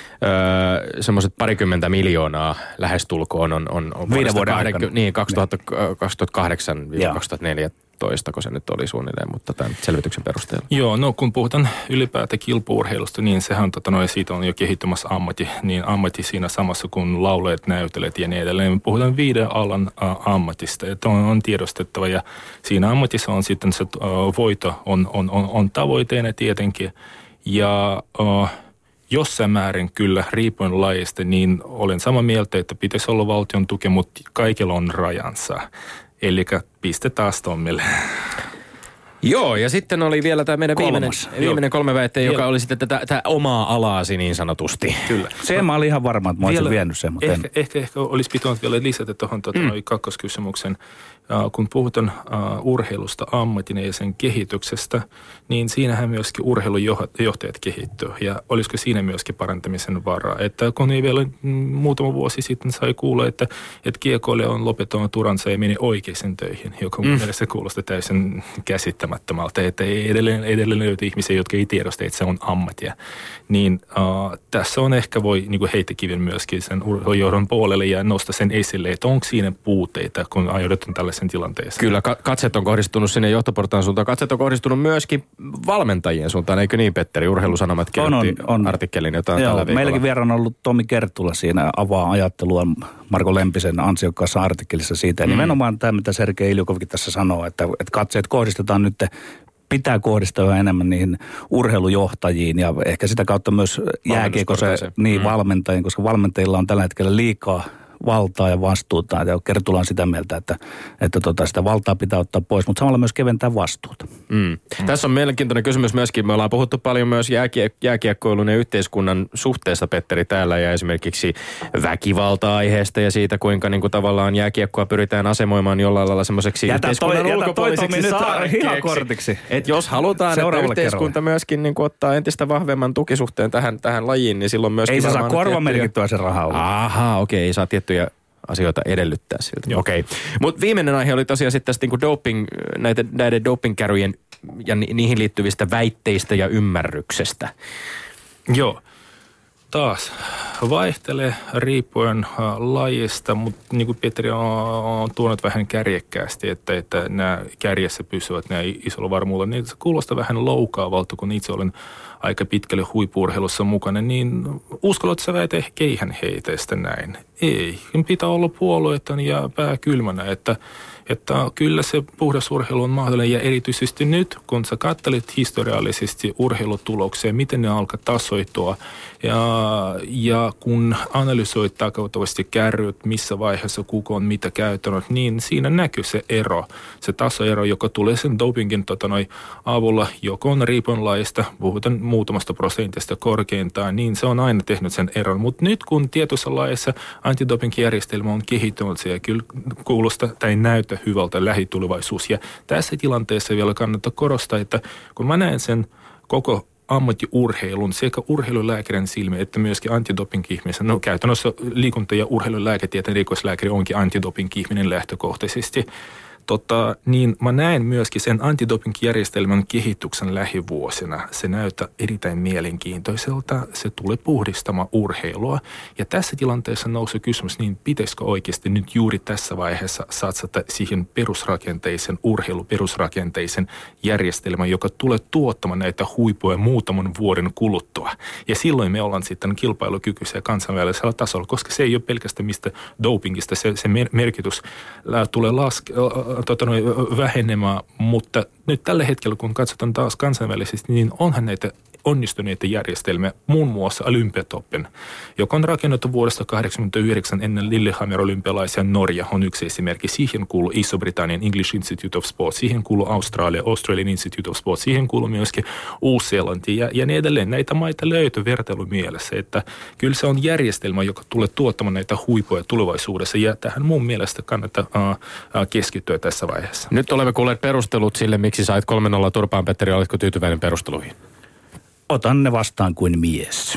Öö, semmoiset parikymmentä miljoonaa lähestulkoon on, on, on viiden vuoden kahden, aikana. Niin, kaksituhattakahdeksan kaksituhattaneljätoista, kun se nyt oli suunnilleen, mutta tämän selvityksen perusteella. Joo, no kun puhutaan ylipäätään kilpaurheilusta, niin sehän tota, no, siitä on jo kehittymässä ammatti, niin ammatti siinä samassa kuin laulajat, näytelijät ja niin edelleen. Me puhutaan viiden alan ä, ammatista, että on, on tiedostettava ja siinä ammatissa on sitten se ä, voito on, on, on, on tavoitteena tietenkin ja ä, jossain määrin kyllä, riippuen lajista, niin olen samaa mieltä, että pitäisi olla valtion tuki, mutta kaikilla on rajansa. Eli piste taas Tommille. Joo, ja sitten oli vielä tämä meidän viimeinen, viimeinen kolme väite, joka oli sitten tätä, tätä omaa alaasi niin sanotusti. Kyllä. Se mä olin ihan varma, että mä olisin vienyt sen, mutta ehkä, ehkä, ehkä olisi pitänyt vielä lisätä tuohon tuota, mm. kakkoskysymyksen. Uh, kun puhutaan uh, urheilusta ammattina ja sen kehityksestä, niin siinähän myöskin urheilujohtajat kehittyy. Ja olisiko siinä myöskin parantamisen varaa? Että kun ei vielä mm, muutama vuosi sitten sai kuulla, että, että kiekoille on lopettanut uransa ja meni oikeisiin töihin, joka mun mm. mielestä kuulosti täysin käsittämättömältä. Että edelleen, edelleen löytyy ihmisiä, jotka ei tiedosta, että se on ammattia. Niin uh, tässä on ehkä voi niin kuin heittäkiven myöskin sen urheilujohdon puolelle ja nostaa sen esille, että onko siinä puuteita, kun ajoitetaan tällaisen tilanteeseen. Kyllä, katset on kohdistunut sinne johtoportaan suuntaan. Katset on kohdistunut myöskin valmentajien suuntaan, eikö niin, Petteri? Urheilusanomat kirjoitti on, on, artikkelin, jota on joo, tällä viikolla. Meilläkin vieraan on ollut Tomi Kerttula siinä avaa ajattelua Marko Lempisen ansiokkaassa artikkelissa siitä. Mm. Nimenomaan tämä, mitä Sergei Iljukovkin tässä sanoo, että, että katseet kohdistetaan nyt, pitää kohdistaa enemmän niihin urheilujohtajiin ja ehkä sitä kautta myös jääkiekossa niin mm. valmentajiin, koska valmentajilla on tällä hetkellä liikaa valtaa ja vastuuta. Ja Kertula on sitä mieltä, että, että tota, sitä valtaa pitää ottaa pois, mutta samalla myös keventää vastuuta. Mm. Mm. Tässä on mielenkiintoinen kysymys myöskin. Me ollaan puhuttu paljon myös jääkie- jääkiekkoilun ja yhteiskunnan suhteessa, Petteri, täällä ja esimerkiksi väkivalta-aiheesta ja siitä, kuinka niin kuin tavallaan jääkiekkoa pyritään asemoimaan jollain lailla semmoiseksi yhteiskunnan toi, ulkopuoliseksi saarekkeeksi. Että jos halutaan, että yhteiskunta kerralla myöskin niin kuin ottaa entistä vahvemman tukisuhteen tähän, tähän lajiin, niin silloin myöskin... Ei se saa korvamerkittyä se raha olla. Aha, okei, okay, ei saa tiettyjä asioita edellyttää siltä. Okei. Okay. Mutta viimeinen aihe oli tosiaan sitten tästä niinku doping, näitä, näiden dopingkäryjen ja ni, niihin liittyvistä väitteistä ja ymmärryksestä. Joo. Taas vaihtelee riippuen lajista, mutta niin kuin Petri on, on tuonut vähän kärjekkäästi, että, että nämä kärjessä pysyvät nämä isolla varmuudella, niin se kuulostaa vähän loukaavalta, kun itse olen aika pitkälle huippu-urheilussa mukana, niin uskallatko sä väitä keihän heiteistä näin? Ei. Pitää olla puolueeton ja pää kylmänä, että Että kyllä se puhdas urheilu on mahdollinen ja erityisesti nyt, kun sä katselet historiallisesti urheilutuloksia, miten ne alkaa tasoitua ja, ja kun analysoit takautuvasti kärryt, missä vaiheessa kuka on mitä käyttänyt, niin siinä näkyy se ero, se tasoero, joka tulee sen dopingin tota, noi, avulla, joko on riipunlaista, puhutaan muutamasta prosentista korkeintaan, niin se on aina tehnyt sen eron. Mutta nyt kun tietyissä laissa antidopingjärjestelmä on kehittynyt, se ei kyllä kuulosta tai näytä hyvältä lähitulevaisuus. Ja tässä tilanteessa vielä kannattaa korostaa, että kun mä näen sen koko ammattiurheilun sekä urheilulääkärin silmiin, että myöskin antidoping-ihmisen, no käytännössä liikunta- ja urheilulääketieteen rikoslääkäri onkin antidoping-ihminen lähtökohtaisesti, Tota, niin mä näen myöskin sen antidoping-järjestelmän kehityksen lähivuosina. Se näyttää erittäin mielenkiintoiselta. Se tulee puhdistamaan urheilua. Ja tässä tilanteessa nousee kysymys, niin pitäisikö oikeasti nyt juuri tässä vaiheessa satsata siihen perusrakenteisen, urheiluperusrakenteisen järjestelmän, joka tulee tuottamaan näitä huippuja muutaman vuoden kuluttua. Ja silloin me ollaan sitten kilpailukykyisiä kansainvälisellä tasolla, koska se ei ole pelkästään mistä dopingista. Se, se merkitys tulee laske Tota, no, vähenemään, mutta nyt tällä hetkellä, kun katsotaan taas kansainvälisesti, niin onhan näitä onnistuneita järjestelmiä, muun muassa Olympiatoppen, joka on rakennettu vuodesta kahdeksankymmentäyhdeksän ennen Lillehammer-olympialaisia. Norja on yksi esimerkki. Siihen kuuluu Iso-Britannian English Institute of Sport, siihen kuuluu Australia, Australian Institute of Sport, siihen kuuluu myöskin Uusi-Seelanti ja, ja niin edelleen. Näitä maita löytyy vertailumielessä, että kyllä se on järjestelmä, joka tulee tuottamaan näitä huippuja tulevaisuudessa ja tähän mun mielestä kannattaa uh, uh, keskittyä tässä vaiheessa. Nyt olemme kuulleet perustelut sille, miksi sait kolme nolla turpaan, Petteri. Oletko tyytyväinen perusteluihin? Otan ne vastaan kuin mies.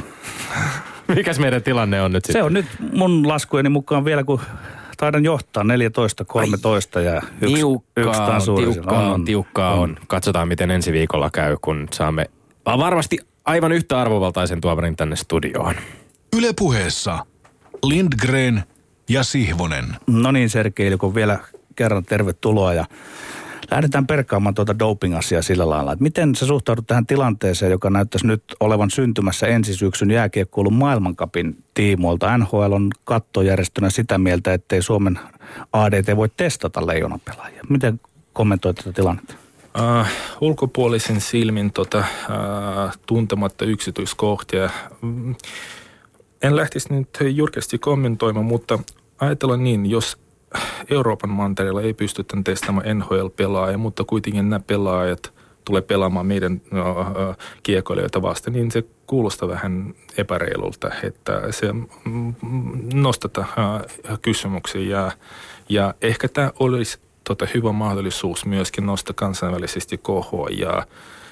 Mikäs meidän tilanne on nyt sitten? Se on nyt mun laskujeni mukaan vielä, kun taidan johtaa neljätoista kolmetoista ja yksi, tiukkaa, yksi taas tiukkaa on, on, tiukkaa on. on. Katsotaan, miten ensi viikolla käy, kun saamme varmasti aivan yhtä arvovaltaisen tuomarin tänne studioon. Yle Puheessa Lindgren ja Sihvonen. No niin, Sergei, kun vielä kerran tervetuloa ja lähdetään perkaamaan tuota doping-asiaa sillä lailla, että miten sä suhtaudut tähän tilanteeseen, joka näyttäisi nyt olevan syntymässä ensi syksyn jääkiekkoilun maailmancupin tiimoilta. N H L on kattojärjestönä sitä mieltä, ettei Suomen A D T voi testata leijonapelaajia. Miten kommentoit tätä tilannetta? Uh, ulkopuolisen silmin tota, uh, tuntematta yksityiskohtia. Mm, en lähtisi nyt jyrkästi kommentoimaan, mutta ajatellaan niin, jos Euroopan mantereella ei pystytä testaamaan N H L-pelaajia, mutta kuitenkin nämä pelaajat tulee pelaamaan meidän no, uh, kiekoilijoita vastaan, niin se kuulostaa vähän epäreilulta, että se mm, nostetaan uh, kysymyksiä ja, ja ehkä tämä olisi tota, hyvä mahdollisuus myöskin nostaa kansainvälisesti kohoa ja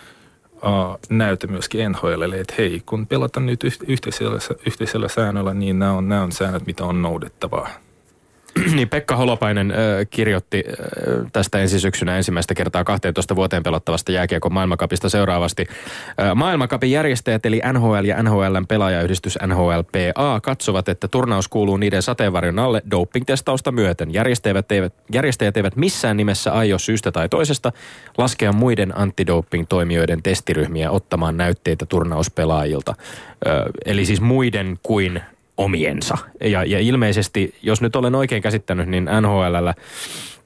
uh, näytä myöskin N H L:lle, että hei, kun pelataan nyt yhteisellä, yhteisellä säännöllä, niin nämä on, nämä on säännöt, mitä on noudettavaa. Niin Pekka Holopainen äh, kirjoitti äh, tästä ensi syksynä ensimmäistä kertaa kahteentoista vuoteen pelattavasta jääkiekon maailmancupista seuraavasti. Äh, maailmancupin järjestäjät eli N H L ja N H L:n pelaajayhdistys N H L P A katsovat, että turnaus kuuluu niiden sateenvarjon alle doping-testausta myöten. Järjestäjät eivät, järjestäjät eivät missään nimessä aio syystä tai toisesta laskea muiden antidoping-toimijoiden testiryhmiä ottamaan näytteitä turnauspelaajilta. Äh, eli siis muiden kuin omiensa. Ja, ja ilmeisesti, jos nyt olen oikein käsittänyt, niin N H L:llä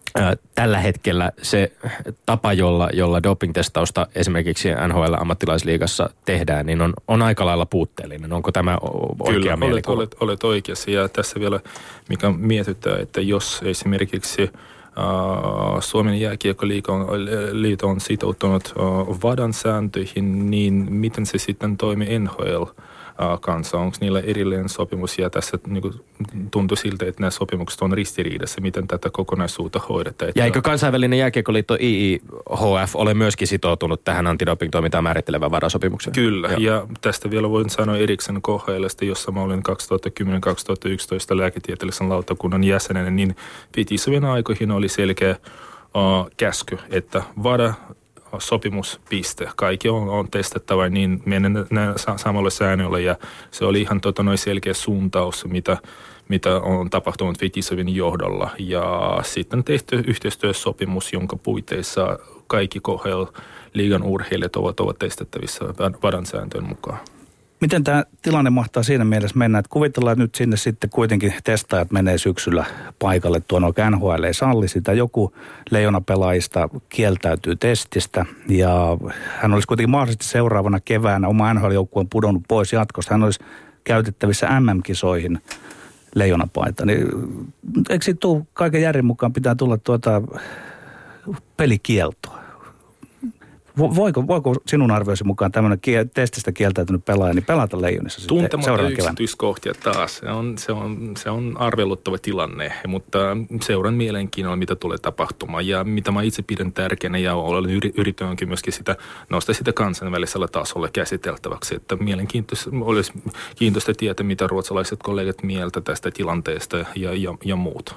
tällä hetkellä se tapa, jolla, jolla doping-testausta esimerkiksi N H L-ammattilaisliigassa tehdään, niin on, on aika lailla puutteellinen. Onko tämä oikea Kyllä, mielikuva? Olet, olet, olet oikeassa. Ja tässä vielä, mikä mietittää, että jos esimerkiksi uh, Suomen jääkiekkoliitto on, on sitoutunut uh, VADAn sääntöihin, niin miten se sitten toimii N H L kanssa? Onko niillä erillinen sopimus? Ja tässä niin kuin, tuntuu siltä, että nämä sopimukset on ristiriidassa. Miten tätä kokonaisuutta hoidetaan? Ja eikö kansainvälinen jääkiekkoliitto I I H F ole myöskin sitoutunut tähän antidoping-toimintaan määrittelevän VADA-sopimukseen? Kyllä. Joo. Ja tästä vielä voin sanoa erikseen K H L:stä, jossa mä olin kaksituhattakymmenen kaksituhattayksitoista lääketieteellisen lautakunnan jäsenenä, niin Fetisovin aikoihin oli selkeä uh, käsky, että VADA sopimuspiste. Kaikki on, on testattava niin menen samalla säännöllä ja se oli ihan tota, noin selkeä suuntaus, mitä, mitä on tapahtunut Fetisovin johdolla. Ja sitten tehty yhteistyösopimus, jonka puitteissa kaikki K H L-liigan urheilijat ovat, ovat testattavissa VADAn sääntöjen mukaan. Miten tämä tilanne mahtaa siinä mielessä mennä, että kuvitellaan nyt sinne sitten kuitenkin testaajat menee syksyllä paikalle, tuon oikein N H L ei salli sitä, joku leijonapelaajista kieltäytyy testistä ja hän olisi kuitenkin mahdollisesti seuraavana keväänä, oma N H L-joukkue on pudonnut pois jatkosta, hän olisi käytettävissä M M-kisoihin leijonapaita, niin eikö siitä tule kaiken järjen mukaan pitää tulla tuota pelikieltoa? Voiko, voiko sinun arvioisi mukaan tämmöinen kie- testistä kieltäytynyt pelaaja niin pelata Leijonissa sitten seuraavan kevään? Yksityiskohtia taas. Se on, se, on, se on arveluttava tilanne, mutta seuran mielenkiinnolla, mitä tulee tapahtumaan. Ja mitä mä itse pidän tärkeänä ja olen yrittänyt myöskin sitä nostaa sitä kansainvälisellä tasolla käsiteltäväksi. Että mielenkiintoista olisi kiintoista tietää, mitä ruotsalaiset kollegat mieltä tästä tilanteesta ja, ja, ja muuta.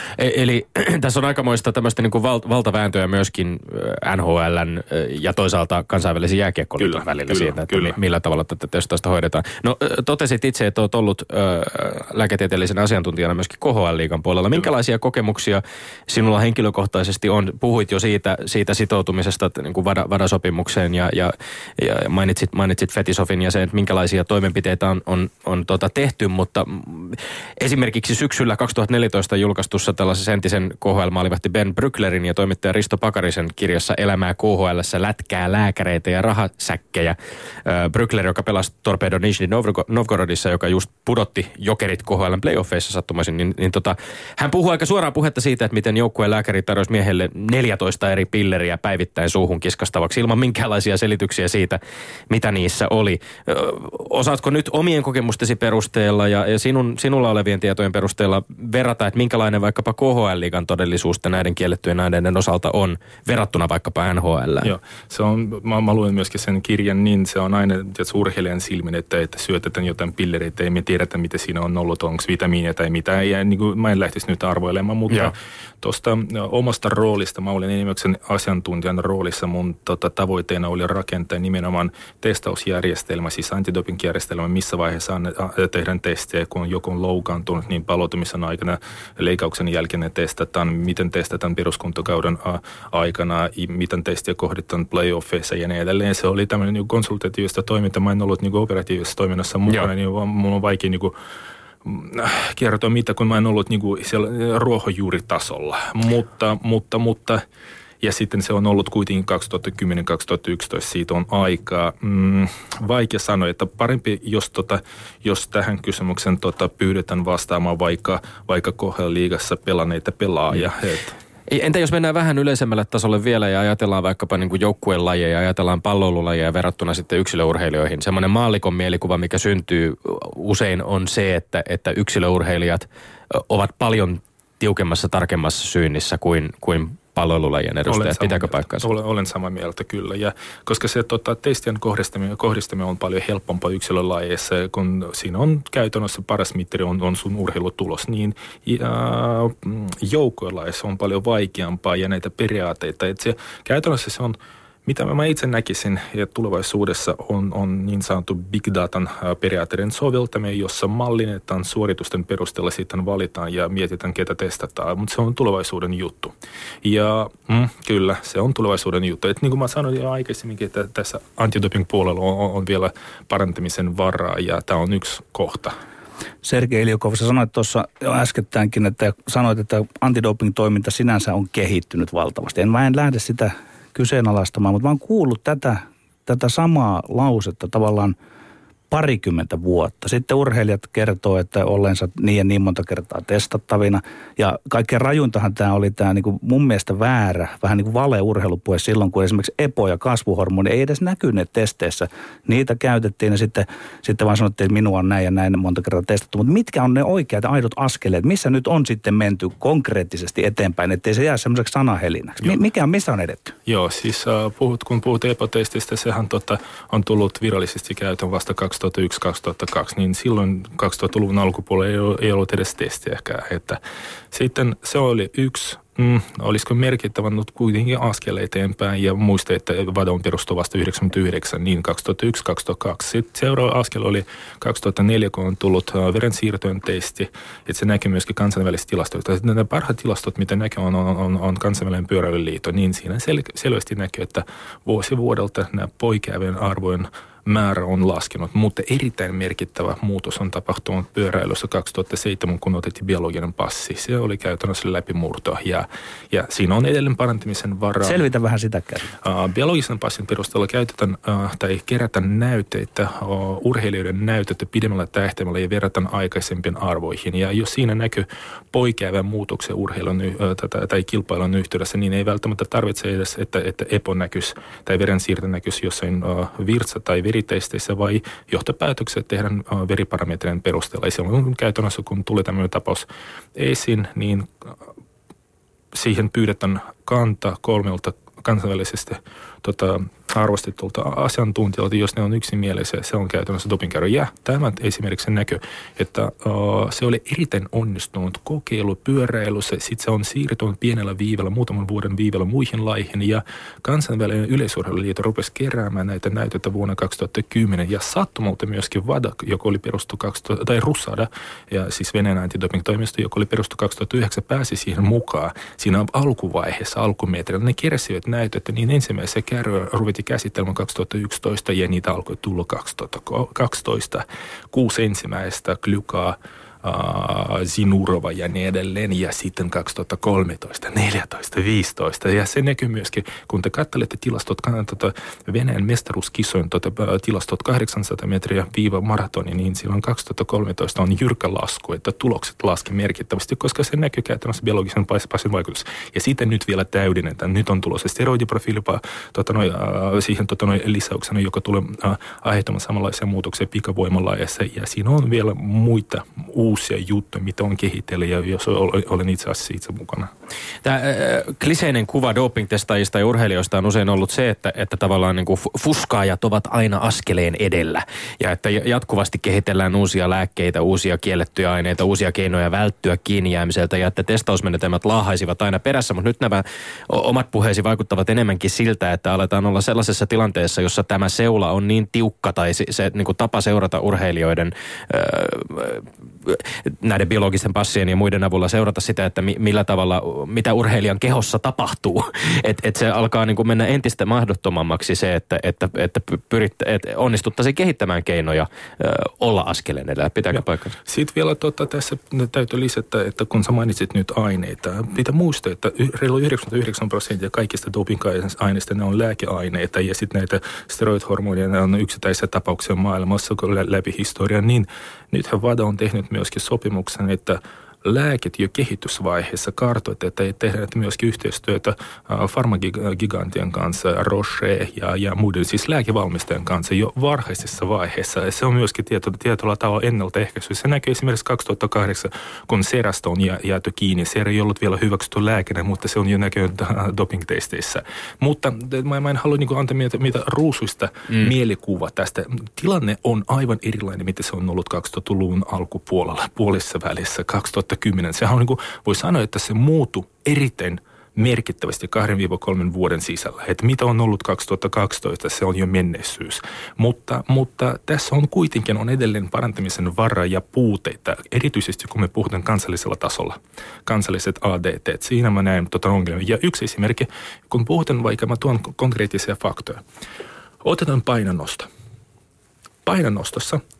Eli tässä on aikamoista tämmöistä niin kuin val, valtavääntöä myöskin N H L:n ja toisaalta kansainvälisen jääkiekkoliiton kyllä, välillä kyllä, siitä, että kyllä. millä tavalla tätä testausta hoidetaan. No totesit itse, että olet ollut äh, lääketieteellisen asiantuntijana myöskin K H L-liigan puolella. Kyllä. Minkälaisia kokemuksia sinulla henkilökohtaisesti on? Puhuit jo siitä, siitä sitoutumisesta niin kuin VADA, VADA-sopimukseen ja, ja, ja mainitsit, mainitsit Fetisovin ja sen, että minkälaisia toimenpiteitä on, on, on tota tehty, mutta esimerkiksi syksyllä kaksituhattaneljätoista julkaistu tuossa tällaisessa entisen K H L-maalivahti Ben Brücklerin ja toimittaja Risto Pakarisen kirjassa Elämää K H L:ssä lätkää, lääkäreitä ja rahasäkkejä. Brückler, joka pelasi Torpedo Nizhny Novgorodissa, joka just pudotti Jokerit K H L:n playoffeissa sattumaisin, niin, niin tota, hän puhuu aika suoraan puhetta siitä, että miten joukkueen lääkäri tarjosi miehelle neljätoista eri pilleriä päivittäin suuhun kiskastavaksi ilman minkäänlaisia selityksiä siitä, mitä niissä oli. Osaatko nyt omien kokemustesi perusteella ja, ja sinun, sinulla olevien tietojen perusteella verrata, että minkälainen vaikkapa K H L-liigan todellisuus näiden kiellettyjen aineiden osalta on verrattuna vaikkapa N H L? Joo, se on, mä, mä luen myöskin sen kirjan, niin se on aina tietysti urheilijan silmin, että, että syötetään jotain pillereitä, ei me tiedetä, mitä siinä on ollut, onko vitamiinia tai mitä. Ja niin kuin, mä en lähtisi nyt arvoilemaan, mutta tuosta omasta roolista, mä olin enimmäkseen asiantuntijan roolissa, mun tota, tavoitteena oli rakentaa nimenomaan testausjärjestelmä, siis antidoping-järjestelmä, missä vaiheessa tehdään testejä, kun joku on loukaantunut, niin palautumisen aikana leikauksen jälkeen testataan, miten testataan peruskuntokauden aikana, miten testiä kohditaan playoffeissa ja niin edelleen. Se oli tämmöinen niin konsultatiivista toimintaa. Mä en ollut niin operatiivisessa toiminnassa mukana, niin mun on vaikea niin kuin kertoa mitä, kun mä en ollut niin kuin siellä ruohonjuuritasolla. Mutta, mutta, mutta ja sitten se on ollut kuitenkin kaksituhattakymmenen kaksituhattayksitoista, siitä on aikaa. Mm, vaikea sanoa, että parempi, jos, tota, jos tähän kysymykseen tota, pyydetään vastaamaan vaikka, vaikka K H L-liigassa pelanneita pelaajia. Mm. Entä jos mennään vähän yleisemmälle tasolle vielä ja ajatellaan vaikkapa niin kuin joukkueen lajeja, ajatellaan palloilulajeja verrattuna sitten yksilöurheilijoihin. Semmoinen maallikon mielikuva, mikä syntyy usein on se, että, että yksilöurheilijat ovat paljon tiukemmassa, tarkemmassa syynnissä kuin, kuin palloilulajien edustajat. Pitääkö paikkaansa? Olen, olen samaa mieltä kyllä. Ja koska se tota, testien kohdistaminen, kohdistaminen on paljon helpompaa yksilölajeissa, kun siinä on käytännössä paras mittari on, on sun urheilutulos, niin joukkuelajeissa on paljon vaikeampaa ja näitä periaatteita. Että se, käytännössä se on, mitä mä itse näkisin, että tulevaisuudessa on, on niin sanottu big datan periaatteiden soveltaminen, jossa mallinnetaan suoritusten perusteella sitten valitaan ja mietitään, ketä testataan, mutta se on tulevaisuuden juttu. Ja mm, kyllä, se on tulevaisuuden juttu. Et niin kuin mä sanoin jo aikaisemminkin, että tässä antidoping-puolella on, on vielä parantamisen varaa ja tämä on yksi kohta. Sergei Iljukov, sä sanoit tuossa jo äskettäänkin, että sanoit, että antidoping-toiminta sinänsä on kehittynyt valtavasti. En, mä en lähde sitä kyseenalaistamaan, mutta mä oon kuullut tätä, tätä samaa lausetta tavallaan parikymmentä vuotta. Sitten urheilijat kertoo, että ollensa niin ja niin monta kertaa testattavina. Ja kaikkein rajuntahan tämä oli tämä niin kuin mun mielestä väärä, vähän niin kuin vale-urheilupuhe silloin, kun esimerkiksi EPO ja kasvuhormoni ei edes näkyneet testeissä. Niitä käytettiin ja sitten, sitten vaan sanottiin, että minua on näin ja näin monta kertaa testattu. Mutta mitkä on ne oikeat aidot askeleet? Missä nyt on sitten menty konkreettisesti eteenpäin, ettei se jää semmoiseksi sanahelinäksi? Mikä on, missä on edetty? Joo, siis uh, puhut, kun puhut EPO-testistä, sehän tota, on tullut virallisesti käytön vasta kaksituhattayksi kaksituhattakaksi, niin silloin kaksituhattaluvun alkupuolella ei ollut edes testiäkään. Että sitten se oli yksi, mm, olisiko merkittävä, mutta kuitenkin askel eteenpäin, ja muista, että V A D on perustuu vasta yhdeksänkymmentäyhdeksän, niin kaksituhattayksi kaksituhattakaksi. Sitten seuraava askel oli kaksituhattaneljä, kun on tullut verensiirtojen testi, että se näkyy myöskin kansainväliset tilastot. Nämä parhaat tilastot, mitä näkyy, on, on, on, on kansainvälinen pyöräilyliitto, niin siinä sel- selvästi näkyy, että vuosi vuodelta nämä poikkeavien arvojen määrä on laskenut, mutta erittäin merkittävä muutos on tapahtunut pyöräilyssä kaksituhattaseitsemän, kun otettiin biologinen passi. Se oli käytännössä läpimurto ja, ja siinä on edelleen parantamisen varaa. Selvitä vähän sitä käsin. Uh, biologisen passin perusteella käytetään uh, tai kerätään näytteitä, uh, urheilijoiden näytettä pidemmällä tähtäimellä ja verrataan aikaisempiin arvoihin. Ja jos siinä näkyy poikkeavia muutoksia urheilun uh, tai kilpailun yhteydessä, niin ei välttämättä tarvitse edes, että, että EPO näkyisi tai verensiirto näkyisi jossain uh, virtsa tai veritesteissä, vai johtopäätökset tehdään uh, veriparametrien perusteella. Ja silloin käytännössä, kun tulee tämmöinen tapaus esiin, niin siihen pyydetään kantaa kolmelta kansainvälisesti tota, arvostetulta asiantuntijoilta, jos ne on yksimielisiä, se on käytännössä dopingkäyrä. Ja tämä esimerkiksi näkyy, että uh, se oli erittäin onnistunut kokeilu pyöräilyssä, sitten se on siirtynyt pienellä viivellä, muutaman vuoden viivellä muihin laihin, ja kansainvälinen yleisurheiluliitto rupesi keräämään näitä näytöitä vuonna kaksituhattakymmenen, ja sattumalta myöskin V A D, joka oli perustu kaksituhatta, tai RUSADA, ja siis Venäjän antidoping-toimisto, joka oli perustu kaksituhattayhdeksän, pääsi siihen mukaan. Siinä alkuvaiheessa, alkumetrillä, ne keräsivät näytöitä, niin ensimmäisessä kärryä ruvettiin käsittelemään kaksituhattayksitoista ja niitä alkoi tulla kaksituhattakaksitoista. Kuusi ensimmäistä Glykaa, uh, Zinurova ja niin edelleen, ja sitten kaksituhattakolmetoista, neljätoista, viisitoista. Ja se näkyy myöskin, kun te katselette tilastot, tuota, Venäjän mestaruuskisojen tuota, tilastot kahdeksansataa metriä viiva maratoni, niin silloin kaksituhattakolmetoista on jyrkkä lasku, että tulokset laski merkittävästi, koska se näkyy käytännössä biologisen passin vaikutus. Ja sitten nyt vielä täydennetään. Nyt on tulossa steroidiprofiili tuota, noi, äh, siihen tuota, noi lisäyksenä, joka tulee äh, aiheuttamaan samanlaisia muutoksia pikavoimalaajassa, ja siinä on vielä muita uusia juttuja, mitä on kehitellyt, ja jos olen itse asiassa itse mukana. Tämä äh, kliseinen kuva doping-testaajista ja urheilijoista on usein ollut se, että, että tavallaan niin kuin fuskaajat ovat aina askeleen edellä, ja että jatkuvasti kehitellään uusia lääkkeitä, uusia kiellettyjä aineita, uusia keinoja välttyä kiinni jäämiseltä, ja että testausmenetelmät laahaisivat aina perässä, mutta nyt nämä omat puheesi vaikuttavat enemmänkin siltä, että aletaan olla sellaisessa tilanteessa, jossa tämä seula on niin tiukka, tai se, se niin kuin tapa seurata urheilijoiden öö, näiden biologisten passien ja muiden avulla seurata sitä, että mi, millä tavalla, mitä urheilijan kehossa tapahtuu. Että et se alkaa niin kuin mennä entistä mahdottomammaksi se, että, että, että pyrit, et onnistuttaisiin kehittämään keinoja ö, olla askeleen edellä. Pitääkö paikkansa? Sitten vielä tota, tässä täytyy lisätä, että kun sä mainitsit nyt aineita, pitää muistaa, että reilu yhdeksänkymmentäyhdeksän prosenttia kaikista doping-aineista ne on lääkeaineita, ja sitten näitä steroid-hormoneja, ne on yksittäisiä tapauksia maailmassa läpi historian, niin nythän V A D on tehnyt myöskin sopimuksen, että lääket jo kehitysvaiheessa kartoitetaan ja tehdään myöskin yhteistyötä farmagigantien kanssa, Roche ja, ja muiden, siis lääkevalmistajan kanssa jo varhaisessa vaiheessa. Ja se on myöskin tieto, tietyllä tavalla ennaltaehkäisy. Se näkyy esimerkiksi kaksituhattakahdeksan, kun Serasta on jääty kiinni. Sera ei ollut vielä hyväksytty lääkänä, mutta se on jo näkynyt doping-testeissä. Mutta mä, mä en halua niin kuin antaa mitä, mitä ruusuista mm. mielikuva tästä. Tilanne on aivan erilainen, mitä se on ollut kaksituhattaluvun alkupuolella, puolessa välissä, kaksituhattakymmenen. Sehän on niin kuin, voi sanoa, että se muuttui erittäin merkittävästi kahden kolmen vuoden sisällä. Että mitä on ollut kaksituhattakaksitoista, se on jo menneisyys. Mutta, mutta tässä on kuitenkin on edelleen parantamisen varaa ja puuteita, erityisesti kun me puhutaan kansallisella tasolla. Kansalliset A D T, siinä mä näen tota ongelmia. Ja yksi esimerkki, kun puhutaan vaikka, mä tuon konkreettisia faktoja. Otetaan painonnosto. Painonnostossa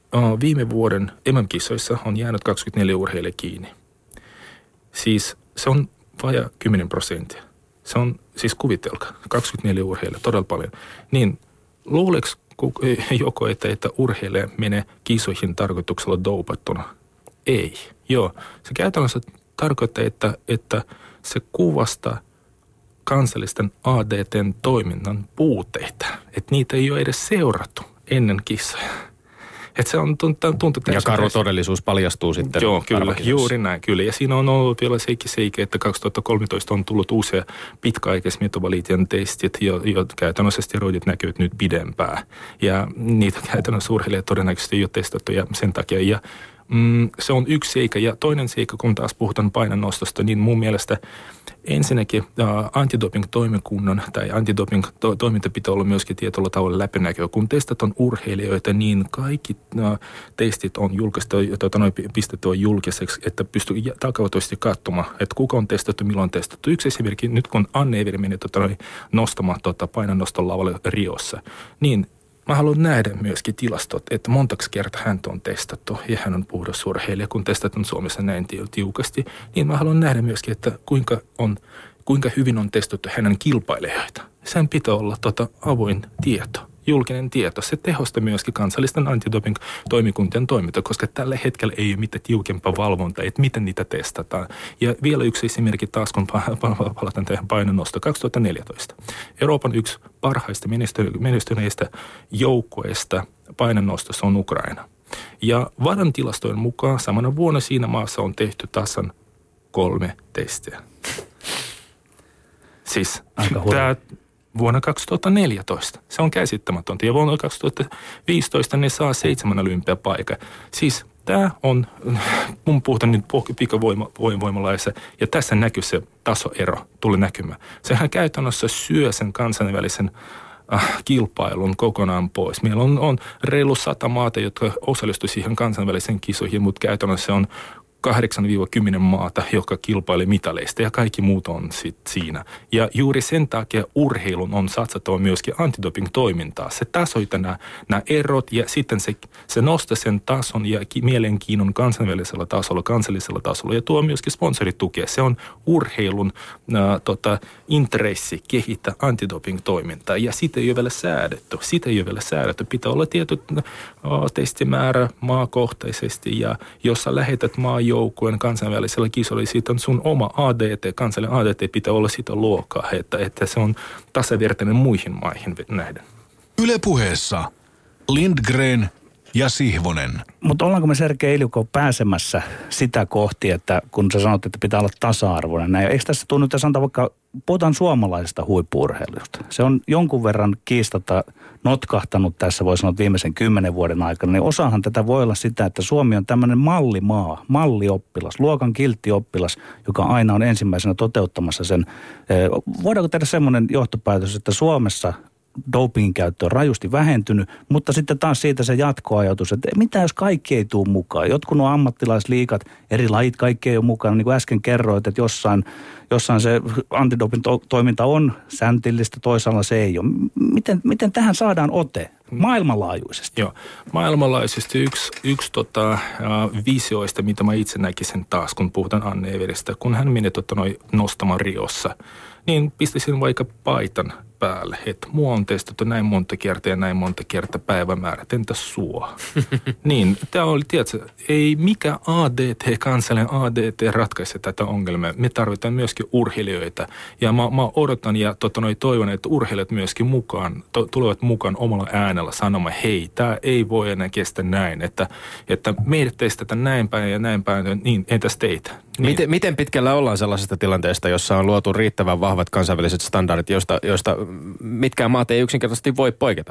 uh, viime vuoden M M-kisoissa on jäänyt kaksikymmentäneljä urheilijaa kiinni. Siis se on vajaa kymmenen prosenttia. Se on, siis kuvitelkaa, kaksikymmentäneljä urheilijaa, todella paljon. Niin luuleeko joko, että, että urheilija menee kisoihin tarkoituksella doupattuna? Ei. Joo, se käytännössä tarkoittaa, että, että se kuvastaa kansallisten A D T:n toiminnan puuteita. Että niitä ei ole edes seurattu ennen kisoja. Että se on tuntuu täysin. Ja karu todellisuus paljastuu sitten. Joo, kyllä, juuri näin, kyllä. Ja siinä on ollut vielä sekin seikki, että kaksituhattakolmetoista on tullut uusia pitkäaikaismetaboliitin testit, jo, jo käytännössä steroidit näkyvät nyt pidempään. Ja niitä käytännössä urheilijat todennäköisesti ei ole testattu ja sen takia. Ja mm, se on yksi seikka. Ja toinen seikka, kun taas puhutaan painonnostosta, niin mun mielestä ensinnäkin uh, antidoping-toimikunnan tai antidoping-toiminta pitää olla myöskin tietyllä tavalla läpinäkyvä. Kun testataan urheilijoita, niin kaikki uh, testit on julkaistu, tuota, noin pistettyä julkiseksi, että pystyy takautuisesti katsomaan, että kuka on testattu, milloin on testattu. Yksi esimerkki, nyt kun Anne Everi meni tuota, noin, nostamaan tuota, painonnoston lavalle Riossa, niin mä haluan nähdä myöskin tilastot, että montaksi kertaa häntä on testattu ja hän on puhdas urheilija, kun testataan Suomessa näin tiukasti. Niin mä haluan nähdä myöskin, että kuinka, on, kuinka hyvin on testattu hänen kilpailijoita. Sen pitää olla tota avoin tieto, julkinen tieto. Se tehostaa myöskin kansallisten antidoping-toimikuntien toimintaa, koska tällä hetkellä ei ole mitään tiukempaa valvontaa, että miten niitä testataan. Ja vielä yksi esimerkki taas, kun palataan tähän painonnosto kaksituhattaneljätoista. Euroopan yksi parhaista menestyneistä joukkueista painonnostossa on Ukraina. Ja Vadan tilastojen mukaan samana vuonna siinä maassa on tehty tasan kolme testiä. Siis tämä vuonna kaksituhattaneljätoista. Se on käsittämätöntä. Ja vuonna kaksituhattaviisitoista ne saa seitsemän olympiapaikan. Siis tämä on, mun puhutaan nyt pikavoimalaisessa, ja tässä näkyy se tasoero, tuli näkymään. Sehän käytännössä syö sen kansainvälisen äh, kilpailun kokonaan pois. Meillä on, on reilu sata maata, jotka osallistuivat siihen kansainvälisen kisoihin, mutta käytännössä on kahdeksan kymmenen maata, jotka kilpailee mitaleista ja kaikki muut on sitten siinä. Ja juuri sen takia urheilun on satsattava myöskin antidoping-toimintaa. Se tasoittaa nämä, nämä erot ja sitten se, se nostaa sen tason ja ki, mielenkiinnon kansainvälisellä tasolla, kansallisella tasolla ja tuo myöskin sponsoritukea. Se on urheilun äh, tota, intressi kehittää antidoping-toimintaa ja sitä ei ole vielä säädetty. Sitä ei ole vielä säädetty. Pitää olla tietyt äh, testimäärä maakohtaisesti ja jos sä lähetät maa joukkueen kansainvälisellä kisolla, siitä on sun oma A D T, kansallinen A D T pitää olla sitä luokkaa, että, että se on tasavertainen muihin maihin nähden. Yle Puheessa Lindgren ja Sihvonen. Mutta ollaanko me Sergei Iljukov pääsemässä sitä kohti, että kun sä sanot, että pitää olla tasa-arvoinen näin, eikö tässä tule nyt sanotaan vaikka, puhutaan suomalaisesta huippu-urheilusta. Se on jonkun verran kiistata notkahtanut tässä, voi sanoa viimeisen kymmenen vuoden aikana, niin osahan tätä voi olla sitä, että Suomi on tämmöinen mallimaa, mallioppilas, luokan kilttioppilas, joka aina on ensimmäisenä toteuttamassa sen. Voidaanko tehdä semmoinen johtopäätös, että Suomessa dopingin käyttö on rajusti vähentynyt, mutta sitten taas siitä se jatkoajatus, että mitä jos kaikki ei tule mukaan? Jotkut nuo ammattilaisliigat, eri lajit, kaikki ei ole mukana. Niin kuin äsken kerroit, että jossain, jossain se antidoping-toiminta on säntillistä, toisaalla se ei ole. Miten, miten tähän saadaan ote? Maailmanlaajuisesti. Joo, maailmanlaajuisesti yksi, yksi tota, äh, visioista, mitä mä itse näkisin taas, kun puhutaan Anne Everistä, kun hän meni tota, nostamaan Riossa, niin pistäisin vaikka paitan päälle, että mua on testattu näin monta kertaa ja näin monta kertaa päivämäärät, entä sua? Niin, tämä oli, tiedätkö, ei mikä A D T, kansallinen A D T ratkaise tätä ongelmaa. Me tarvitaan myöskin urheilijoita ja mä, mä odotan ja tota, noi, toivon, että urheilijat myöskin mukaan, to, tulevat mukaan omalla äänellä sanomaan, hei, tämä ei voi enää kestä näin, että, että meidät testataan näin päin ja näin päin, niin entäs teitä? Niin. Miten, miten pitkällä ollaan sellaisesta tilanteesta, jossa on luotu riittävän vahvat kansainväliset standardit, joista, joista mitkään maat ei yksinkertaisesti voi poiketa?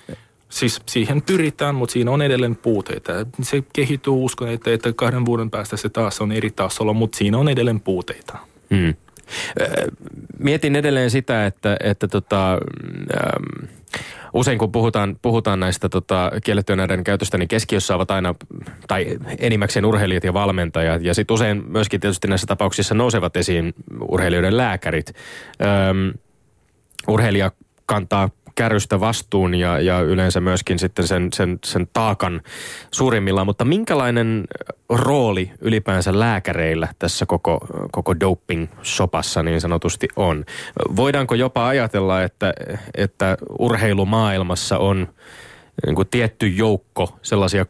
Siis siihen pyritään, mutta siinä on edelleen puuteita. Se kehittyy, uskon, että, että kahden vuoden päästä se taas on eri tasolla, mutta siinä on edelleen puuteita. Hmm. Mietin edelleen sitä, että, että tota, ähm, usein kun puhutaan, puhutaan näistä tota, kiellettyjen näiden käytöstä, niin keskiössä ovat aina, tai enimmäkseen urheilijat ja valmentajat, ja sitten usein myöskin tietysti näissä tapauksissa nousevat esiin urheilijoiden lääkärit. Ähm, urheilija kantaa kärrystä vastuun ja, ja yleensä myöskin sitten sen, sen, sen taakan suurimmillaan, mutta minkälainen rooli ylipäänsä lääkäreillä tässä koko, koko doping-sopassa niin sanotusti on? Voidaanko jopa ajatella, että, että urheilumaailmassa on niin kuin tietty joukko sellaisia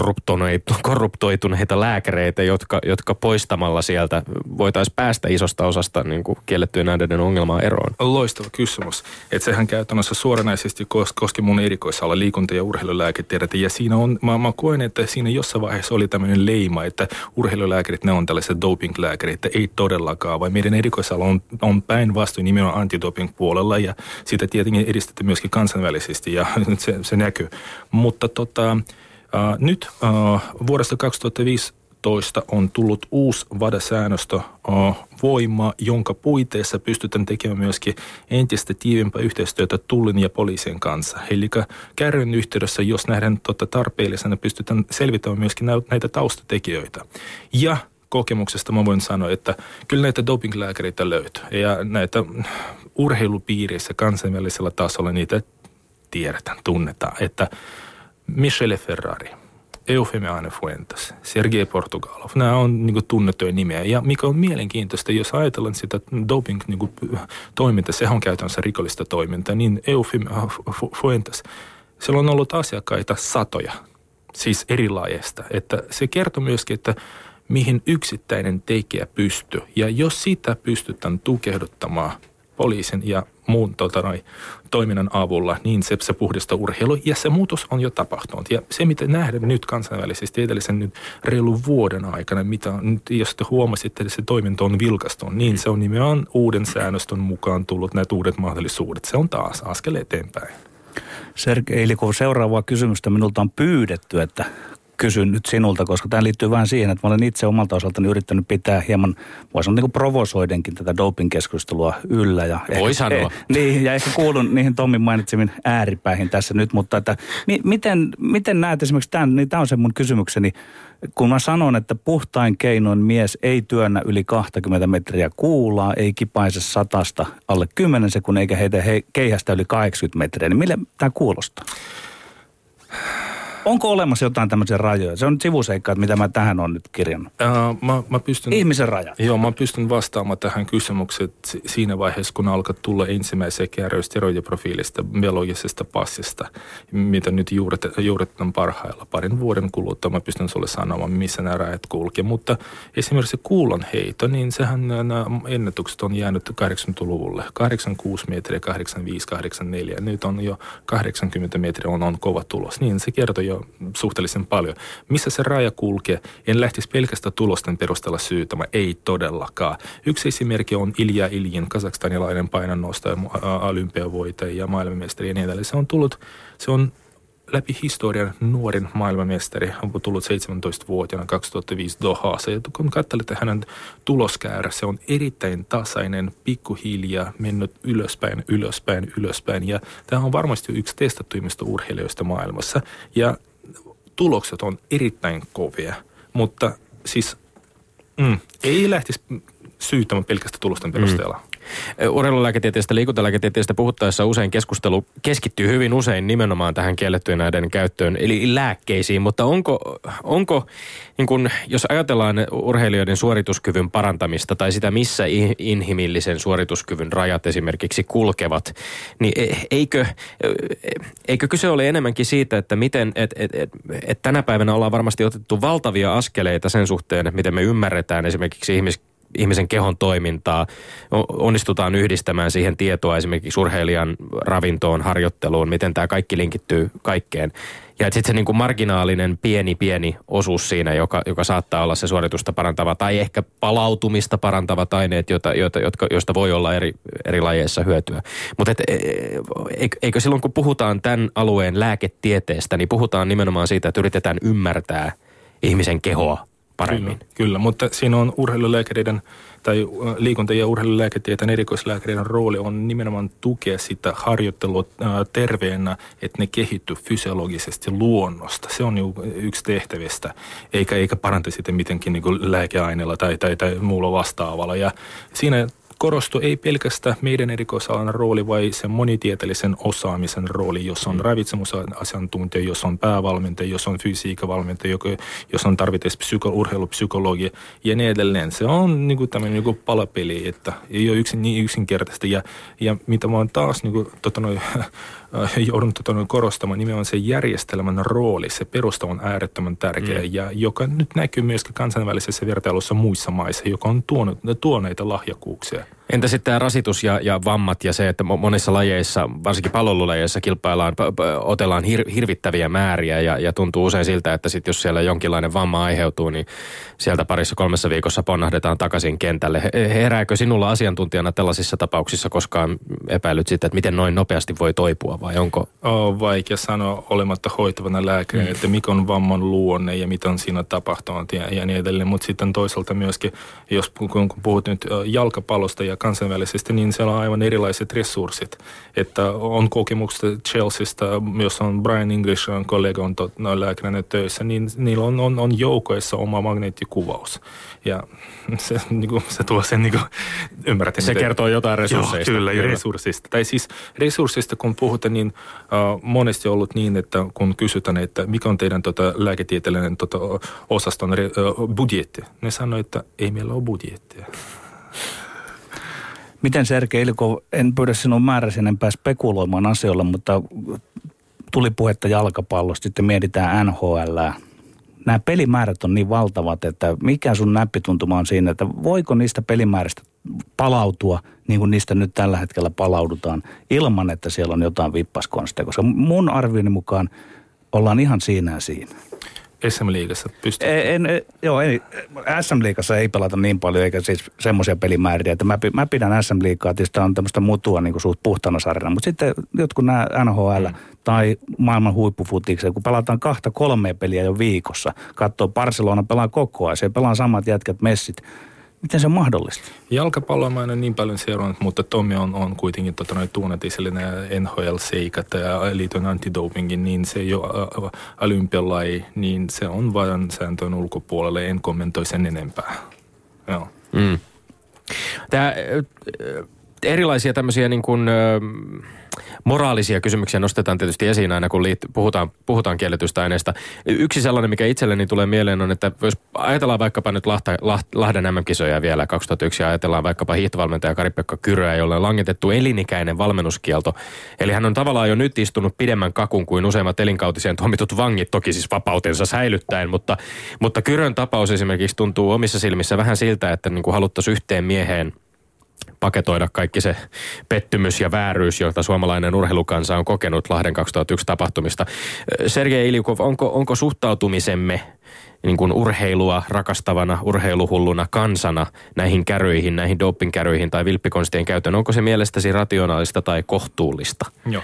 korruptoituneita lääkäreitä, jotka, jotka poistamalla sieltä voitaisiin päästä isosta osasta niin kuin kiellettyjen aineiden ongelmaa eroon? Loistava kysymys. Että sehän käytännössä suoranaisesti koski mun erikoisala liikunta- ja urheilulääketiedettä. Ja siinä on, mä, mä koen, että siinä jossain vaiheessa oli tämmöinen leima, että urheilulääkärit, ne on tällaiset doping-lääkärit. Ei todellakaan, vaan meidän erikoisala on, on päinvastoin nimenomaan antidoping-puolella. Ja sitä tietenkin edistetään myöskin kansainvälisesti ja se, se näkyy. Mutta tota... Uh, nyt uh, vuodesta kaksituhattaviisitoista on tullut uusi V A D A-säännöstö uh, voima, jonka puitteissa pystytään tekemään myöskin entistä tiivimpää yhteistyötä tullin ja poliisien kanssa. Eli kärryn yhteydessä, jos nähdään totta tarpeellisena, pystytään selvittämään myöskin näitä taustatekijöitä. Ja kokemuksesta mä voin sanoa, että kyllä näitä dopinglääkäreitä löytyy. Ja näitä urheilupiirissä kansainvälisellä tasolla niitä tiedetään, tunnetaan, että Michele Ferrari, Eufemi Aine-Fuentes, Sergei Portugalov, nämä on niin kuin tunnettuja nimiä. Ja mikä on mielenkiintoista, jos ajatellaan sitä doping-toimintaa, niin sehän on käytännössä rikollista toimintaa, niin Eufemi Fuentes, siellä on ollut asiakkaita satoja, siis eri lajeista. Että se kertoo myöskin, että mihin yksittäinen tekijä pystyy. Ja jos sitä pystytään tukehduttamaan poliisin ja muun tota, noi, toiminnan avulla, niin se, se puhdistaa urheilu. Ja se muutos on jo tapahtunut. Ja se, mitä nähdään nyt kansainvälisesti edellisen nyt reilun vuoden aikana, mitä nyt, jos te huomasitte, että se toiminta on vilkastunut, niin se on nimenomaan uuden säännöstön mukaan tullut näitä uudet mahdollisuudet. Se on taas askel eteenpäin. Sergei Ilikov, seuraavaa kysymystä minulta on pyydetty, että kysyn nyt sinulta, koska tämä liittyy vähän siihen, että mä olen itse omalta osaltani yrittänyt pitää hieman, voi sanoa niin kuin provosoidenkin tätä doping-keskustelua yllä. Ja voi ehkä, sanoa. Eh, niin, ja ehkä kuulun niihin Tommin mainitsemiin ääripäihin tässä nyt, mutta että mi, miten, miten näet esimerkiksi tämän, niin tämä on se mun kysymykseni, kun mä sanon, että puhtain keinoin mies ei työnnä yli kaksikymmentä metriä kuulaa, ei kipaise satasta alle kymmenen sekunnin, eikä heitä he, keihästä yli kahdeksankymmentä metriä, niin mille tämä kuulostaa? Onko olemassa jotain tämmöisiä rajoja? Se on sivuseikka, että mitä mä tähän on nyt kirjannut. Uh, mä, mä pystyn, Ihmisen rajat. Joo, mä pystyn vastaamaan tähän kysymykseen siinä vaiheessa, kun alkaa tulla ensimmäisiä kärryjä steroidiprofiilista, biologisesta passista, mitä nyt juuretetaan parhailla. Parin vuoden kuluttua mä pystyn sulle sanomaan, missä nämä rajat kulkee. Mutta esimerkiksi kuulonheito, niin sehän nämä ennätykset on jäänyt kahdeksankymmentäluvulle. kahdeksankymmentäkuusi metriä, kahdeksankymmentäviisi, kahdeksankymmentäneljä. Nyt on jo kahdeksankymmentä metriä on, on kova tulos. Niin se kertoo jo suhteellisen paljon. Missä se raja kulkee? En lähtisi pelkästään tulosten perusteella syytämään. Ei todellakaan. Yksi esimerkki on Ilja Iljin, kazakstanilainen painonnostaja, olympiavoitaja ja maailmanmestari ja niin edelleen. Se on tullut, se on läpi historian nuorin maailmanmestari, on tullut seitsemäntoistavuotiaana kaksituhattaviisi Dohassa. Ja kun katselette hänen tuloskäärä, se on erittäin tasainen, pikkuhiljaa mennyt ylöspäin, ylöspäin, ylöspäin. Ja tämä on varmasti yksi testattuimmista urheilijoista maailmassa. Ja tulokset on erittäin kovia, mutta siis mm, ei lähtisi syyttämään pelkästään tulosten perusteella. Mm. Urheilulääketieteestä, liikuntalääketieteestä puhuttaessa usein keskustelu keskittyy hyvin usein nimenomaan tähän kiellettyjen aineiden käyttöön, eli lääkkeisiin, mutta onko, onko niin kun, jos ajatellaan urheilijoiden suorituskyvyn parantamista tai sitä, missä inhimillisen suorituskyvyn rajat esimerkiksi kulkevat, niin eikö, eikö kyse ole enemmänkin siitä, että miten, et, et, et, et tänä päivänä ollaan varmasti otettu valtavia askeleita sen suhteen, että miten me ymmärretään esimerkiksi ihmis ihmisen kehon toimintaa, onnistutaan yhdistämään siihen tietoa esimerkiksi urheilijan ravintoon, harjoitteluun, miten tämä kaikki linkittyy kaikkeen. Ja sitten se niin kuin marginaalinen pieni pieni osuus siinä, joka, joka saattaa olla se suoritusta parantava tai ehkä palautumista parantavat aineet, joita, joita, jotka, joista voi olla eri, eri lajeissa hyötyä. Mutta eikö silloin kun puhutaan tämän alueen lääketieteestä, niin puhutaan nimenomaan siitä, että yritetään ymmärtää ihmisen kehoa paremmin. Kyllä, kyllä, mutta siinä on urheilulääkäreiden tai liikunta- ja urheilulääketieteen erikoislääkäreiden rooli on nimenomaan tukea sitä harjoittelua terveenä, että ne kehittyy fysiologisesti luonnosta. Se on yksi tehtävistä, eikä, eikä paranta sitä mitenkin niin kuin lääkeaineella tai, tai, tai muulla vastaavalla. Ja siinä korostuu ei pelkästään meidän erikoisalan rooli, vai sen monitieteellisen osaamisen rooli, jos on ravitsemusasiantuntija, jos on päävalmentaja, jos on fysiikkavalmentaja, jos on tarvittaessa psyko, urheilupsykologia ja niin edelleen. Se on niin kuin tämmöinen niin kuin palapeli, että ei ole yksin, niin yksinkertaista. Ja, ja mitä mä oon taas niin kuin, tota noin, joudun tota noin korostamaan, nimenomaan se järjestelmän rooli, se perusta on äärettömän tärkeä, mm. ja joka nyt näkyy myöskin kansainvälisessä vertailussa muissa maissa, joka on tuonut, tuoneita lahjakkuuksia. Entä sitten tämä rasitus ja, ja vammat ja se, että monissa lajeissa, varsinkin palloilulajeissa kilpaillaan, p- p- otellaan hir- hirvittäviä määriä ja, ja tuntuu usein siltä, että sit jos siellä jonkinlainen vamma aiheutuu, niin sieltä parissa kolmessa viikossa ponnahdetaan takaisin kentälle. Herääkö sinulla asiantuntijana tällaisissa tapauksissa koskaan epäilyt siitä, että miten noin nopeasti voi toipua vai onko? On vaikea sanoa olematta hoitavana lääkärinä, mm. että mikä on vamman luonne ja mitä on siinä tapahtunut ja, ja niin edelleen. Mutta sitten toisaalta myöskin, jos kun puhut nyt jalkapallosta ja kansainvälisesti, niin siellä on aivan erilaiset resurssit. Että on kokemukset Chelseasta, jos on Brian English, on kollega on tot, no, lääkärinä töissä, niin niillä on, on, on joukoissa oma magneettikuvaus. Ja se, niin kuin, se tuo sen, niin kuin, ymmärrätte. Se miten kertoo jotain resursseista. Joo, kyllä, kyllä, resurssista. Tai siis resurssista, kun puhutaan, niin uh, monesti on ollut niin, että kun kysytään, että mikä on teidän tota, lääketieteellinen tota, osaston uh, budjetti, ne sanoo, että ei meillä ole budjettia. Miten Sergei Ilko, en pyydä sinun määräsi enempää spekuloimaan asioilla, mutta tuli puhetta jalkapallosta, sitten mietitään N H L. Nämä pelimäärät on niin valtavat, että mikä sun näppituntuma on siinä, että voiko niistä pelimääristä palautua niin kuin niistä nyt tällä hetkellä palaudutaan ilman, että siellä on jotain vippaskonsteja, koska mun arvioni mukaan ollaan ihan siinä ja siinä. S M-liigassa pystyy. En, en, joo, ei, S M-liigassa ei pelata niin paljon, eikä siis semmoisia pelimääriä, että mä, mä pidän S M-liigaa, tietysti on tämmöistä mutua niin kuin suht puhtana sarjana, mutta sitten jotkut nämä N H L mm. tai maailman huippufutikset, kun pelataan kahta kolmea peliä jo viikossa, katsoo Barcelona pelaa koko ajan, siellä pelaa samat jätkät messit. Miten se on mahdollista? Jalkapalloa mä en ole niin paljon seurannut, mutta Tommi on, on kuitenkin tota, tunnettu esille nämä N H L-seikat ja liiton antidopingin, niin se ei ole olympialaji, niin se on vain sääntöön ulkopuolelle, en kommentoi sen enempää. Joo. Mm. Tää, erilaisia tämmöisiä niin kuin moraalisia kysymyksiä nostetaan tietysti esiin aina, kun liit, puhutaan, puhutaan kielletystä aineesta. Yksi sellainen, mikä itselleni tulee mieleen on, että jos ajatellaan vaikkapa nyt Lahta, Laht, Lahden M M-kisoja vielä kaksituhattayksi ja ajatellaan vaikkapa hiihtovalmentaja Kari-Pekka Kyröä, jolle on langetettu elinikäinen valmennuskielto. Eli hän on tavallaan jo nyt istunut pidemmän kakun kuin useimmat elinkautiseen tuomitut vangit, toki siis vapautensa säilyttäen, mutta, mutta Kyrön tapaus esimerkiksi tuntuu omissa silmissä vähän siltä, että niin kuin haluttaisiin yhteen mieheen paketoida kaikki se pettymys ja vääryys, jota suomalainen urheilukansa on kokenut Lahden kaksituhattayksi tapahtumista. Sergei Iljukov, onko, onko suhtautumisemme niin kuin urheilua rakastavana, urheiluhulluna kansana näihin kärryihin, näihin dopingkärryihin tai vilppikonstien käyttöön, onko se mielestäsi rationaalista tai kohtuullista? Joo.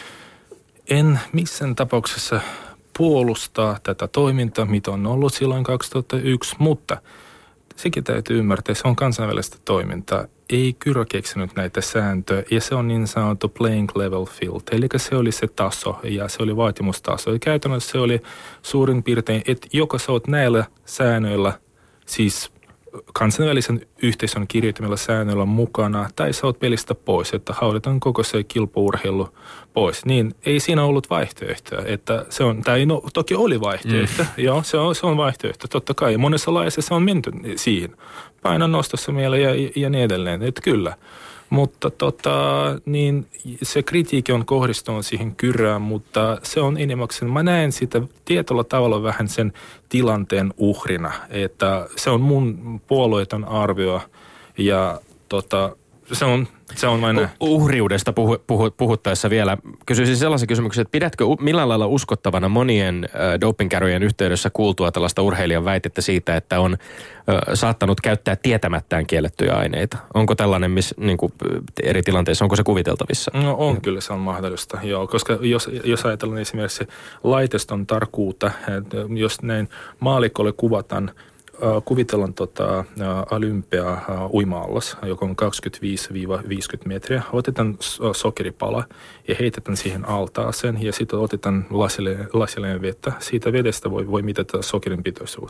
En missään tapauksessa puolustaa tätä toimintaa, mitä on ollut silloin kaksituhattayksi, mutta sekin täytyy ymmärtää, se on kansainvälistä toimintaa. Ei Kyrö keksinyt näitä sääntöjä ja se on niin sanottu playing level field. Eli se oli se taso ja se oli vaatimustaso. Ja käytännössä se oli suurin piirtein, että joko sä oot näillä säännöillä, siis kansainvälisen yhteisön kirjoittamilla säännöillä mukana, tai sä oot pelistä pois, että haudetaan koko se kilpaurheilu pois. Niin ei siinä ollut vaihtoehtoja, että se on, tai no toki oli vaihtoehto, mm. joo, se on, se on vaihtoehto, totta kai. Monessa laajassa se on menty siihen. Painon nostossa meillä ja, ja niin edelleen, että kyllä. Mutta tota, niin se kritiikki on kohdistunut siihen Kyrään, mutta se on enimmäkseen, mä näen sitä tietyllä tavalla vähän sen tilanteen uhrina, että se on mun puolueeton arvio ja tota, se on, se on vain... Uhriudesta puhu, puhu, puhuttaessa vielä kysyisin sellaisen kysymyksen, että pidätkö millään lailla uskottavana monien äh, dopingkärryjen yhteydessä kuultua tällaista urheilijan väitettä siitä, että on äh, saattanut käyttää tietämättään kiellettyjä aineita? Onko tällainen miss, niin kuin, eri tilanteissa, onko se kuviteltavissa? No on kyllä, se on mahdollista, joo, koska jos, jos ajatellaan esimerkiksi laiteston tarkkuutta, jos näin maalikolle kuvataan, kuvitellaan tota, olympia uima-allas, joka on kaksikymmentäviisi viisikymmentä metriä. Otetaan sokeripala ja heitetään siihen altaaseen ja sitten otetaan lasillinen vettä. Siitä vedestä voi, voi mitata sokerin pitoisuutta.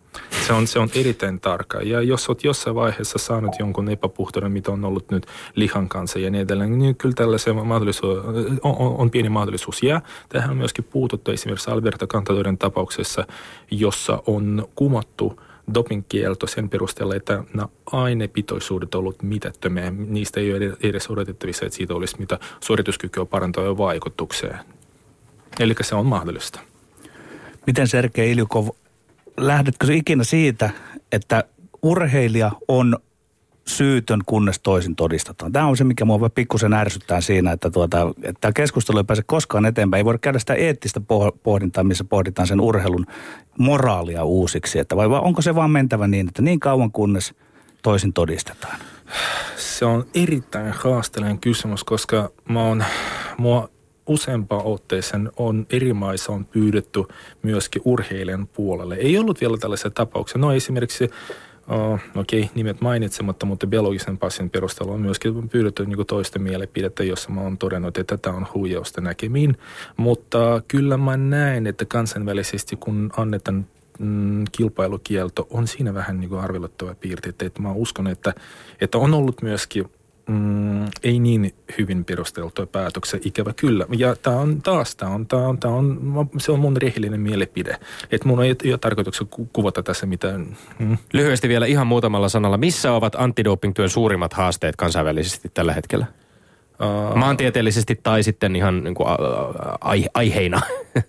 Se on, se on erittäin tarkka. Ja jos olet jossain vaiheessa saanut jonkun epäpuhtauden, mitä on ollut nyt lihan kanssa ja niin edelleen, niin kyllä tällaisen mahdollisuus, on, on, on pieni mahdollisuus. Ja tähän on myöskin puututtu esimerkiksi Alberto Contadoren tapauksessa, jossa on kumottu dopingkielto sen perusteella, että nämä ainepitoisuudet on ollut mitättömiä. Niistä ei ole edes odotettavissa, että siitä olisi mitä suorituskykyä parantavia vaikutuksia. Eli se on mahdollista. Miten Sergei Iljukov, lähdetkö ikinä siitä, että urheilija on syytön, kunnes toisin todistetaan? Tämä on se, mikä mua pikkusen ärsyttää siinä, että, tuota, että tämä keskustelu ei pääse koskaan eteenpäin. Ei voida käydä sitä eettistä pohdintaa, missä pohditaan sen urheilun moraalia uusiksi. Että vai onko se vaan mentävä niin, että niin kauan kunnes toisin todistetaan? Se on erittäin haasteellinen kysymys, koska mä oon, mua useampaan otteeseen on eri maissa on pyydetty myöskin urheilijan puolelle. Ei ollut vielä tällaisia tapauksia. No esimerkiksi Uh, okei, okay, nimet mainitsematta, mutta biologisen passin perusteella on myöskin pyydetty niin kuin toista mielipidettä, jossa mä oon todennut, että tämä on huijausta näkemiin. Mutta kyllä mä näen, että kansainvälisesti kun annetaan mm, kilpailukielto, on siinä vähän niin kuin arveluttava piirteitä. Että mä uskon, että, että on ollut myöskin Mm, ei niin hyvin perusteltua päätöksiä, ikävä kyllä. Ja tämä on taas, tää on, tää on, tää on, se on mun rehellinen mielipide. Että mun ei ole tarkoituksia kuvata tässä mitään. Mm. Lyhyesti vielä ihan muutamalla sanalla. Missä ovat antidoping-työn suurimmat haasteet kansainvälisesti tällä hetkellä? Uh, Maantieteellisesti tai sitten ihan niin kuin, a, a, aiheina?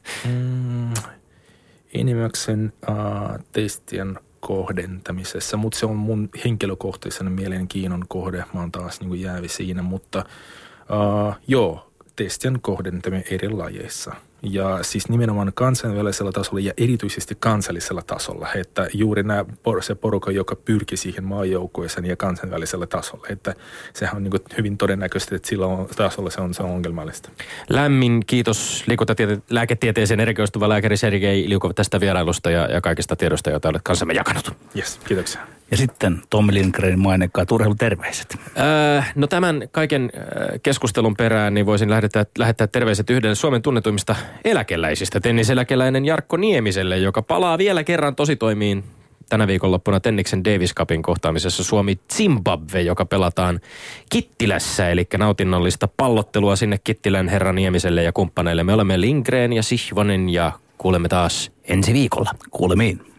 mm, enimmäkseen uh, testien kohdentamisessa, mutta se on mun henkilökohtaisen mielenkiinnon kohde. Mä oon taas niin kuin jäävi siinä, mutta uh, joo, testien kohdentaminen eri lajeissa. Ja siis nimenomaan kansainvälisellä tasolla ja erityisesti kansallisella tasolla, että juuri nämä, se porukka, joka pyrki siihen maajoukkueeseen ja kansainvälisellä tasolla, että sehän on niin kuin hyvin todennäköistä, että sillä on, tasolla se on, se on ongelmallista. Lämmin kiitos liikuntalääketieteeseen erikoistuva lääkäri Sergei Iljukov tästä vierailusta ja, ja kaikista tiedosta, joita olet kanssamme jakanut. Yes, kiitoksia. Ja sitten Tommi Lindgrenin mainekkaat urheiluterveiset. Öö, no tämän kaiken keskustelun perään niin voisin lähettää, lähettää terveiset yhdelle Suomen tunnetuimmista eläkeläisistä, tenniseläkeläinen Jarkko Niemiselle, joka palaa vielä kerran tositoimiin tänä viikonloppuna Tenniksen Davis Cupin kohtaamisessa Suomi-Zimbabwe, joka pelataan Kittilässä, eli nautinnollista pallottelua sinne Kittilän herra Niemiselle ja kumppaneille. Me olemme Lindgren ja Sihvonen ja kuulemme taas ensi viikolla. Kuulemiin.